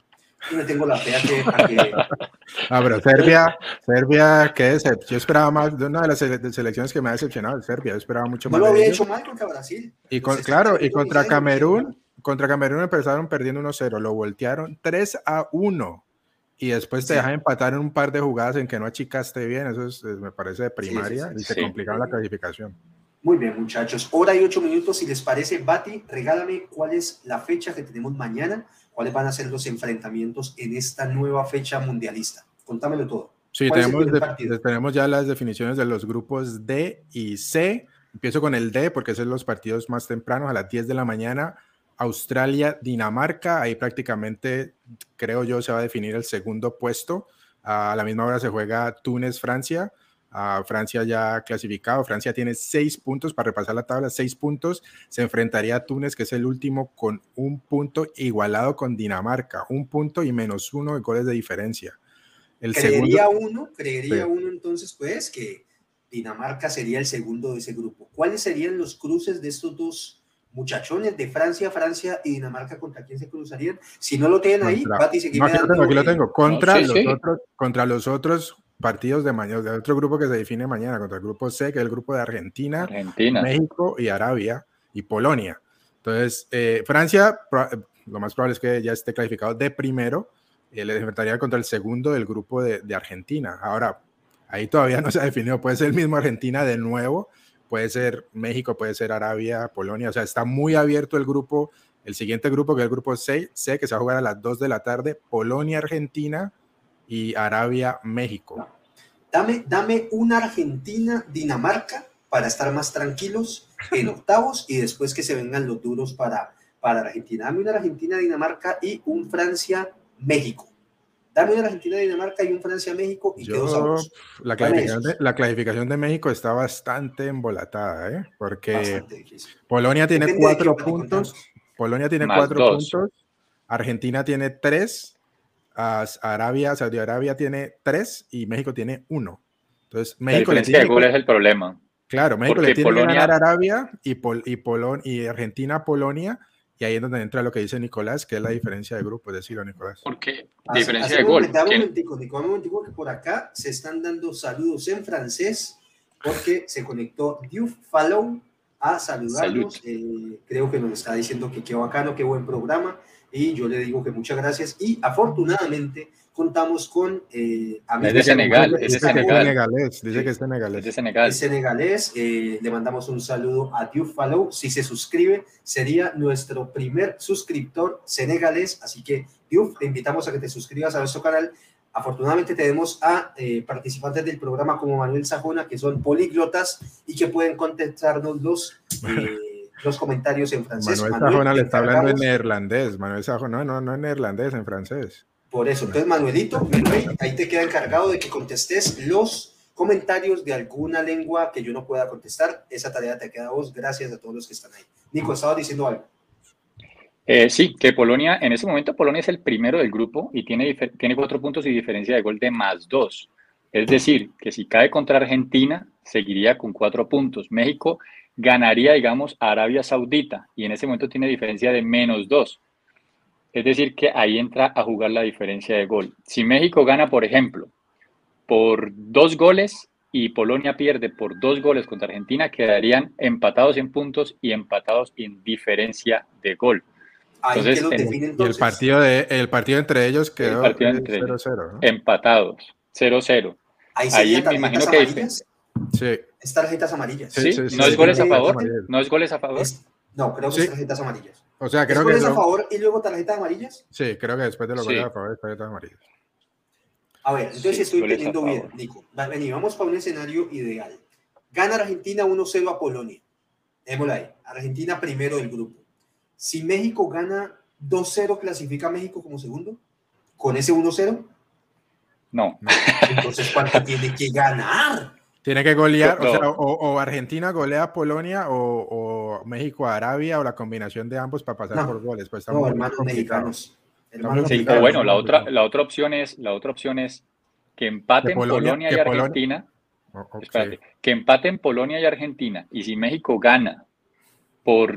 Yo le tengo la fe a que... pero Serbia, ¿qué es? Yo esperaba más de una de las selecciones que me ha decepcionado, Serbia. Yo esperaba mucho más. No lo había hecho mal contra Brasil. Y contra Camerún. Contra Camerún empezaron perdiendo 1-0, lo voltearon 3-1 y después te dejan empatar en un par de jugadas en que no achicaste bien. Eso me parece de primaria y te complicaron la clasificación. Muy bien, muchachos. 1 hora y 8 minutos. Si les parece, Bati, regálame cuál es la fecha que tenemos mañana, cuáles van a ser los enfrentamientos en esta nueva fecha mundialista. Contámelo todo. Sí, tenemos ya las definiciones de los grupos D y C. Empiezo con el D porque son los partidos más tempranos, a las 10 de la mañana. Australia, Dinamarca, ahí prácticamente creo yo se va a definir el segundo puesto. A la misma hora se juega Túnez, Francia. Francia ya clasificado. Francia tiene 6 puntos para repasar la tabla, 6 puntos. Se enfrentaría a Túnez, que es el último, con 1 punto, igualado con Dinamarca, 1 punto y -1 de goles de diferencia. Creería uno entonces pues que Dinamarca sería el segundo de ese grupo. ¿Cuáles serían los cruces de estos dos muchachones de Francia y Dinamarca? ¿Contra quién se cruzarían? Si no lo tienen ahí, Pati, seguime dando. Aquí lo tengo. Contra los otros partidos de mañana, de otro grupo que se define mañana, contra el grupo C, que es el grupo de Argentina, México y Arabia y Polonia. Entonces, Francia, lo más probable es que ya esté clasificado de primero. les enfrentaría contra el segundo del grupo de Argentina. Ahora, ahí todavía no se ha definido, puede ser el mismo Argentina de nuevo, puede ser México, puede ser Arabia, Polonia, o sea, está muy abierto el grupo, el siguiente grupo, que es el grupo C, que se va a jugar a las 2 de la tarde, Polonia, Argentina y Arabia, México. Dame una Argentina-Dinamarca para estar más tranquilos en octavos y después que se vengan los duros para Argentina. Dame una Argentina-Dinamarca y un Francia-México. Dame una Argentina-Dinamarca y un Francia-México y quedó sabroso. La clasificación de México está bastante embolatada, porque Polonia tiene Depende 4 puntos, Polonia tiene 4 puntos, Argentina tiene 3, Saudi Arabia tiene 3 y México tiene 1. Entonces, México la diferencia de gol es el problema. Claro, México le tiene que ganar a Arabia y Argentina a Polonia, y ahí es donde entra lo que dice Nicolás, que es la diferencia de grupo, es decirlo, Nicolás. Porque diferencia de gol. Un momentico, que por acá se están dando saludos en francés, porque se conectó Diouf Fallow a saludarnos. Creo que nos está diciendo que qué bacano, qué buen programa, y yo le digo que muchas gracias, y afortunadamente contamos con amigos. Es de Senegal, dice que es senegalés. Es senegalés. Le mandamos un saludo a Diouf Fallow. Si se suscribe, sería nuestro primer suscriptor senegalés. Así que, Diouf, te invitamos a que te suscribas a nuestro canal. Afortunadamente tenemos a participantes del programa como Manuel Sajona, que son políglotas y que pueden contestarnos los comentarios en francés. Manuel Sajona le está hablando en neerlandés. Manuel Sajona, no en neerlandés, en francés. Por eso, entonces Manuelito, ahí te queda encargado de que contestes los comentarios de alguna lengua que yo no pueda contestar. Esa tarea te queda a vos, gracias a todos los que están ahí. Nico, ¿estabas diciendo algo? Sí, que Polonia, en ese momento Polonia es el primero del grupo y tiene 4 puntos y diferencia de gol de +2. Es decir, que si cae contra Argentina, seguiría con 4 puntos. México ganaría, digamos, a Arabia Saudita y en ese momento tiene diferencia de -2. Es decir, que ahí entra a jugar la diferencia de gol. Si México gana, por ejemplo, por 2 goles y Polonia pierde por 2 goles contra Argentina, quedarían empatados en puntos y empatados en diferencia de gol. Entonces, y el partido entre ellos quedó 0-0, ¿no? Empatados, 0-0. Ahí me imagino que sí. Es tarjetas amarillas. Sí. ¿No es goles a favor? ¿No es goles a favor? No, creo que es tarjetas amarillas. O sea, creo ¿Es goles a favor y luego tarjetas amarillas? Sí, creo que después de los goles a favor es tarjetas amarillas. A ver, entonces estoy entendiendo bien, Nico. Vení, vamos para un escenario ideal. Gana Argentina 1-0 a Polonia. Démosla ahí. Argentina primero del grupo. Si México gana 2-0, ¿clasifica México como segundo? ¿Con ese 1-0? No. Entonces, ¿cuánto tiene que ganar? Tiene que golear, no. O sea, o Argentina golea a Polonia o México a Arabia o la combinación de ambos para pasar por goles. Pues no, hermanos mexicanos. Sí, o bueno, la otra opción es que empaten Polonia y Argentina. Espérate, que empaten Polonia y Argentina. Y si México gana por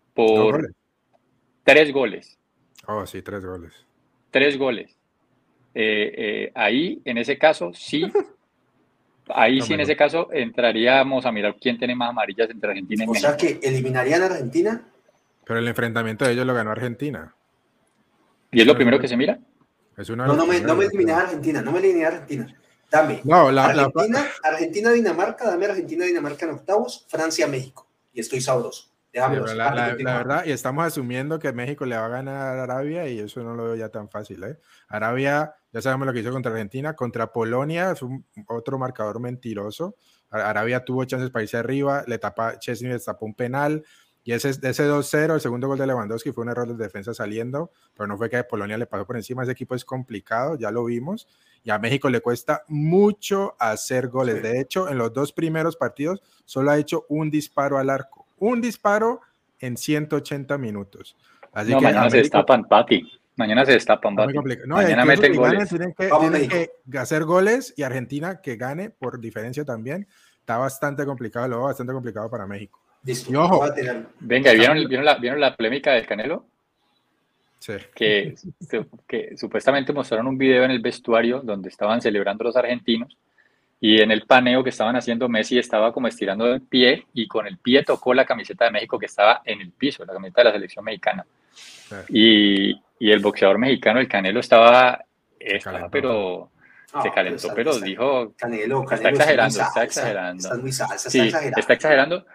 3 goles. Oh, sí, 3 goles. 3 goles. Ahí, en ese caso, sí. Ahí sí, en ese caso, entraríamos a mirar quién tiene más amarillas entre Argentina y México. O sea, que eliminarían a Argentina. Pero el enfrentamiento de ellos lo ganó Argentina. ¿Y es lo primero que se mira? No me elimines a Argentina, no me elimines a Argentina. Dame Argentina-Dinamarca, dame Argentina-Dinamarca en octavos, Francia-México. Y estoy sabroso. La verdad, y estamos asumiendo que México le va a ganar a Arabia y eso no lo veo ya tan fácil. Arabia, ya sabemos lo que hizo contra Argentina, contra Polonia es otro marcador mentiroso. Arabia tuvo chances para irse arriba, Chesney le tapó un penal y ese 2-0, el segundo gol de Lewandowski fue un error de defensa saliendo, pero no fue que Polonia le pasó por encima. Ese equipo es complicado, ya lo vimos, y a México le cuesta mucho hacer goles. De hecho, en los 2 primeros partidos solo ha hecho un disparo al arco. Un disparo en 180 minutos. Así que mañana se destapan, Pati. Mañana se destapan, Pati. Mañana meten goles. Tienen que hacer goles y Argentina que gane por diferencia también. Está bastante complicado, lo veo bastante complicado para México. Listo. Y ojo. Venga, ¿vieron la polémica del Canelo? Sí. Que supuestamente mostraron un video en el vestuario donde estaban celebrando los argentinos. Y en el paneo que estaban haciendo, Messi estaba como estirando el pie y con el pie tocó la camiseta de México que estaba en el piso, la camiseta de la selección mexicana. Sí. Y el boxeador mexicano, el Canelo, estaba estaba, pero se calentó, pero pero dijo, Canelo está exagerando, está exagerando. Está muy salsa, Sí, está exagerando. está exagerando,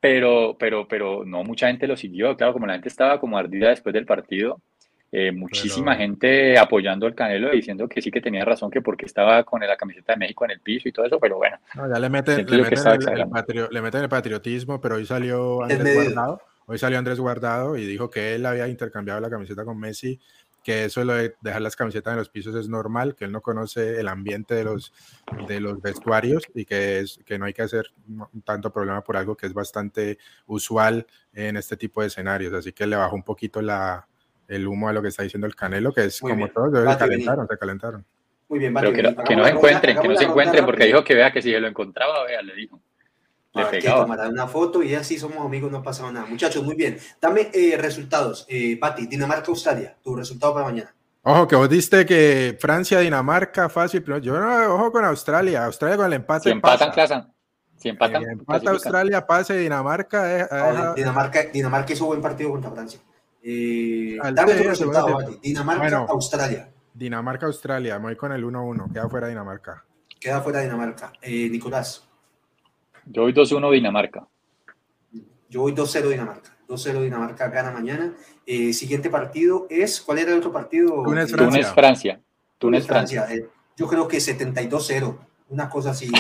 pero no mucha gente lo siguió. Claro, como la gente estaba como ardida después del partido, muchísima Pero gente apoyando al Canelo, diciendo que sí que tenía razón, que porque estaba con la camiseta de México en el piso y todo eso, pero bueno, no, ya le siento le yo que meten estaba exagerando. le meten el patriotismo, pero hoy salió Andrés Desmedido. Guardado. Hoy salió Andrés Guardado y dijo que él había intercambiado la camiseta con Messi, que eso lo de dejar las camisetas en los pisos es normal, que él no conoce el ambiente de los vestuarios y que no hay que hacer tanto problema por algo que es bastante usual en este tipo de escenarios. Así que le bajó un poquito el humo a lo que está diciendo el Canelo, que es Muy como bien. todos, Bati, se calentaron. Muy bien, Pero Bati, que no se encuentren, que no se encuentren, porque dijo que vea que si se lo encontraba, vea, le dijo, le que pegaba. tomará una foto y así somos amigos, no ha pasado nada. Muchachos, muy bien. Dame resultados. Bati, Dinamarca-Australia, tu resultado para mañana. Ojo, que vos diste que Francia, Dinamarca, fácil, pero yo no, ojo con Australia. Australia con el empate Si empatan, pasa. si empatan, Empata Australia, pase Dinamarca. Dinamarca hizo buen partido contra Francia. Al Dame tu segundo resultado, tiempo. Bati. Dinamarca-Australia. Dinamarca-Australia, me voy con el 1-1, queda fuera Dinamarca. Queda fuera Dinamarca. Nicolás. Yo voy 2-1 Dinamarca. Yo voy 2-0 Dinamarca. 2-0 Dinamarca gana mañana. Siguiente partido es, ¿cuál era el otro partido? Túnez-Francia. Túnez-Francia. Yo creo que 72-0. Una cosa así.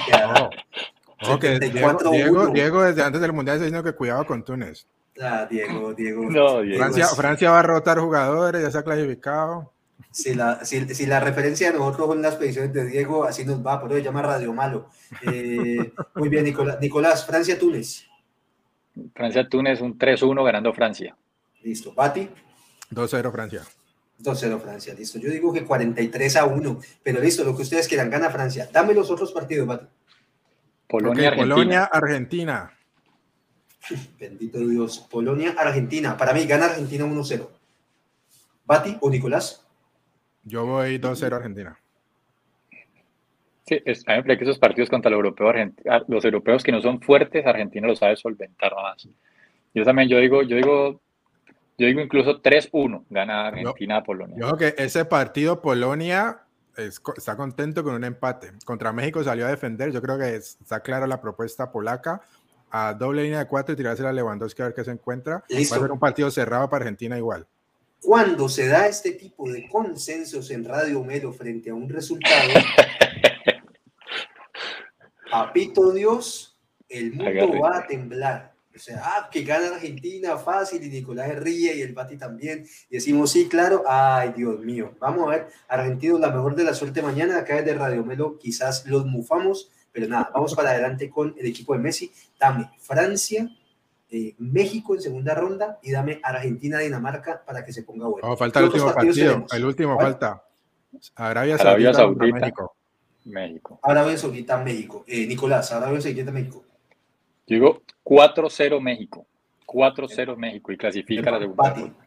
Ojo que 74-1. Diego desde antes del Mundial está diciendo que cuidado con Túnez. Diego. No, Diego. Francia va a rotar jugadores, ya se ha clasificado. Si la referencia de nosotros son las predicciones de Diego, así nos va, por eso se llama Radio Malo. Muy bien, Nicolás, Francia-Túnez. Francia-Túnez, un 3-1 ganando Francia. Listo. Bati. 2-0 Francia. 2-0 Francia, listo. Yo digo que 43-1, pero listo, lo que ustedes quieran, gana Francia. Dame los otros partidos, Bati. Polonia-Argentina. Bendito Dios. Polonia-Argentina. Para mí, gana Argentina 1-0. ¿Bati o Nicolás? Yo voy 2-0 Argentina. Sí, a mí me parece que esos partidos contra los europeos que no son fuertes, Argentina lo sabe solventar más. Yo también, yo digo incluso 3-1 gana Argentina a Polonia. Yo creo que ese partido Polonia está contento con un empate. Contra México salió a defender. Yo creo que está clara la propuesta polaca a doble línea de 4 y tirarse a Lewandowski a ver qué se encuentra. Listo. Va a ser un partido cerrado para Argentina igual. Cuando se da este tipo de consensos en Radio Melo frente a un resultado, papito Dios, el mundo va a temblar. O sea, que gana Argentina fácil y Nicolás se ríe y el Bati también. Y decimos, sí, claro. Ay, Dios mío. Vamos a ver, Argentina, la mejor de la suerte mañana. Acá desde Radio Melo quizás los mufamos, pero nada, vamos para adelante con el equipo de Messi. Dame Francia, México en segunda ronda y dame Argentina-Dinamarca para que se ponga bueno. Falta el último partido. El último falta. Arabia Saudita, México. Arabia Saudita, México. Nicolás, Arabia Saudita, México. Digo 4-0 México. 4-0 México y clasifica la segunda ronda.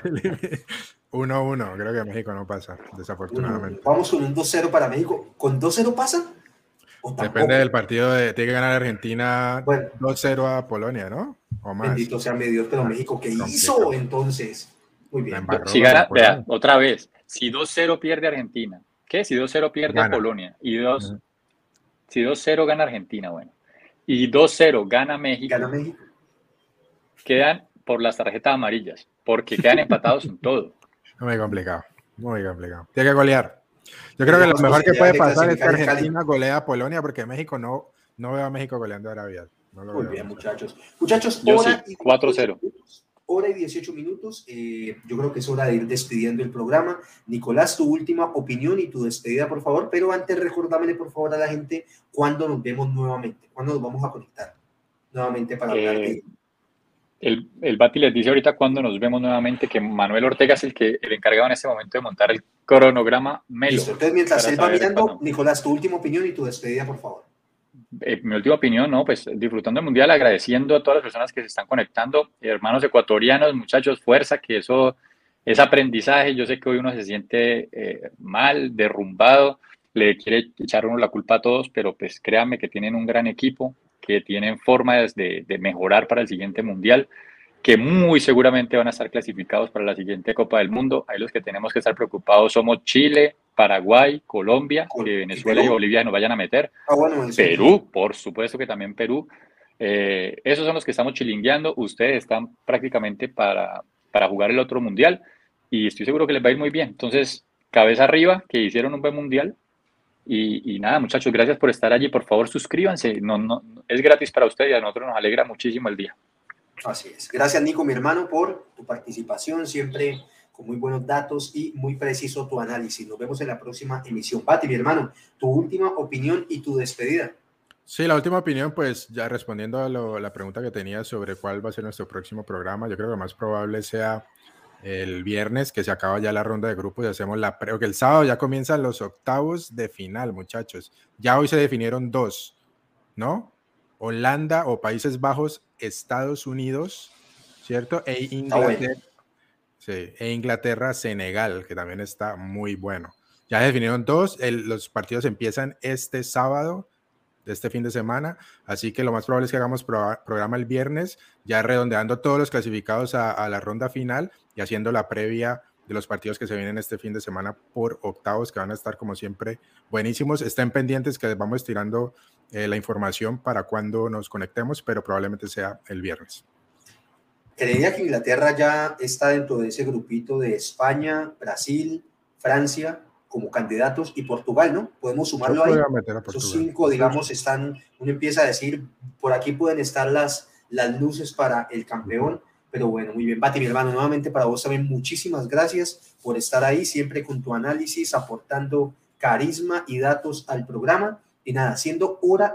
1-1. Creo que México no pasa, desafortunadamente. Vamos con un 2-0 para México. ¿Con 2-0 pasa? Depende del partido. Tiene que ganar Argentina 2-0 a Polonia, ¿no? O más. Bendito sea mi Dios, pero México, ¿qué hizo entonces? Muy bien. Si gana, vea, otra vez, si 2-0 pierde Argentina, ¿qué? Si 2-0 pierde a Polonia y si 2-0 gana Argentina, bueno, y 2-0 gana México, quedan por las tarjetas amarillas, porque quedan empatados en todo. Muy complicado, muy complicado. Tiene que golear. Yo creo que lo mejor que puede pasar es que Argentina golea a Polonia, porque México no veo a México goleando a Arabia. Muy bien, muchachos. Muchachos, yo sí, 4-0. Hora y 18 minutos. Yo creo que es hora de ir despidiendo el programa. Nicolás, tu última opinión y tu despedida, por favor. Pero antes, recordámele, por favor, a la gente cuándo nos vemos nuevamente, cuándo nos vamos a conectar nuevamente para hablar de... El Bati les dice ahorita cuándo nos vemos nuevamente, que Manuel Ortega es el encargado en este momento de montar el cronograma Melo. Listo, entonces mientras él va mirando, Nicolás, tu última opinión y tu despedida, por favor. Mi última opinión, ¿no? Pues disfrutando el Mundial, agradeciendo a todas las personas que se están conectando, hermanos ecuatorianos, muchachos, fuerza, que eso es aprendizaje. Yo sé que hoy uno se siente mal, derrumbado, le quiere echar uno la culpa a todos, pero pues créanme que tienen un gran equipo, que tienen formas de mejorar para el siguiente Mundial, que muy seguramente van a estar clasificados para la siguiente Copa del Mundo. Ahí los que tenemos que estar preocupados somos Chile, Paraguay, Colombia, que Venezuela y Bolivia nos vayan a meter. Bueno, Perú, por supuesto que también Perú. Esos son los que estamos chilingueando. Ustedes están prácticamente para jugar el otro mundial y estoy seguro que les va a ir muy bien. Entonces, cabeza arriba, que hicieron un buen mundial. Y nada, muchachos, gracias por estar allí. Por favor, suscríbanse. No, es gratis para ustedes y a nosotros nos alegra muchísimo el día. Así es. Gracias, Nico, mi hermano, por tu participación. Siempre con muy buenos datos y muy preciso tu análisis. Nos vemos en la próxima emisión. Pati, mi hermano, tu última opinión y tu despedida. Sí, la última opinión, pues ya respondiendo a la pregunta que tenía sobre cuál va a ser nuestro próximo programa, yo creo que lo más probable sea el viernes, que se acaba ya la ronda de grupos y hacemos que el sábado ya comienzan los octavos de final, muchachos. Ya hoy se definieron 2, ¿no? Holanda o Países Bajos, Estados Unidos, ¿cierto? E Inglaterra, Senegal, que también está muy bueno. Ya definieron 2, los partidos empiezan este sábado, de este fin de semana, así que lo más probable es que hagamos programa el viernes, ya redondeando todos los clasificados a la ronda final y haciendo la previa de los partidos que se vienen este fin de semana por octavos, que van a estar como siempre buenísimos. Estén pendientes que les vamos tirando la información para cuando nos conectemos, pero probablemente sea el viernes. Creía que Inglaterra ya está dentro de ese grupito de España, Brasil, Francia como candidatos y Portugal, ¿no? Podemos sumarlo ahí. Esos 5, digamos, están, uno empieza a decir, por aquí pueden estar las luces para el campeón, pero bueno, muy bien. Bati, mi hermano, nuevamente para vos también muchísimas gracias por estar ahí, siempre con tu análisis, aportando carisma y datos al programa. Y nada, siendo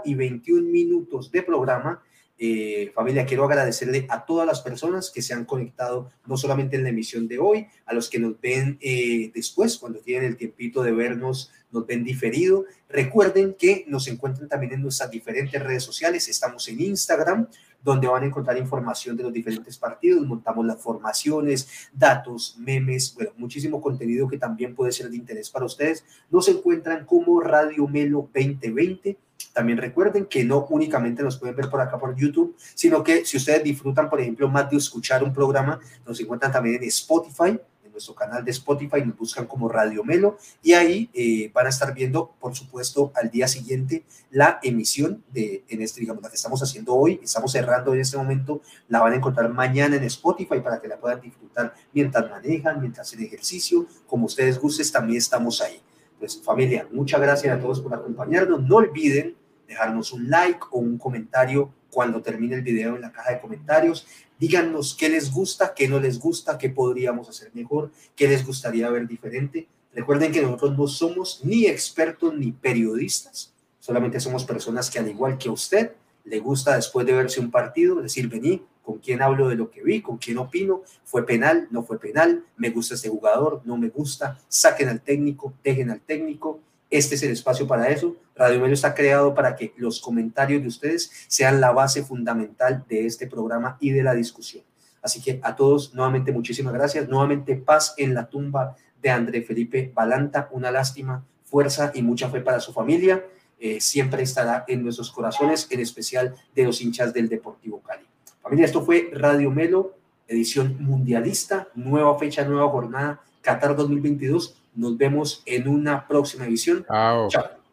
1:21 de programa, familia, quiero agradecerle a todas las personas que se han conectado, no solamente en la emisión de hoy, a los que nos ven después, cuando tienen el tiempito de vernos, nos ven diferido. Recuerden que nos encuentran también en nuestras diferentes redes sociales. Estamos en Instagram, donde van a encontrar información de los diferentes partidos, montamos las formaciones, datos, memes, bueno, muchísimo contenido que también puede ser de interés para ustedes. Nos encuentran como Radio Melo 2020. También recuerden que no únicamente nos pueden ver por acá por YouTube, sino que si ustedes disfrutan, por ejemplo, más de escuchar un programa, nos encuentran también en Spotify, en nuestro canal de Spotify, nos buscan como Radio Melo y ahí van a estar viendo, por supuesto, al día siguiente la emisión digamos, la que estamos haciendo hoy, estamos cerrando en este momento, la van a encontrar mañana en Spotify para que la puedan disfrutar mientras manejan, mientras hacen ejercicio, como ustedes gusten, también estamos ahí. Pues familia, muchas gracias a todos por acompañarnos. No olviden dejarnos un like o un comentario cuando termine el video en la caja de comentarios. Díganos qué les gusta, qué no les gusta, qué podríamos hacer mejor, qué les gustaría ver diferente. Recuerden que nosotros no somos ni expertos ni periodistas, solamente somos personas que al igual que a usted le gusta después de verse un partido decir, vení, con quién hablo de lo que vi, con quién opino, fue penal, no fue penal, me gusta este jugador, no me gusta, saquen al técnico, dejen al técnico. Este es el espacio para eso. Radio Melo está creado para que los comentarios de ustedes sean la base fundamental de este programa y de la discusión. Así que a todos, nuevamente, muchísimas gracias. Nuevamente, paz en la tumba de André Felipe Balanta. Una lástima, fuerza y mucha fe para su familia. Siempre estará en nuestros corazones, en especial de los hinchas del Deportivo Cali. Familia, esto fue Radio Melo, edición mundialista, nueva fecha, nueva jornada, Qatar 2022. Nos vemos en una próxima edición. Chao. Chao.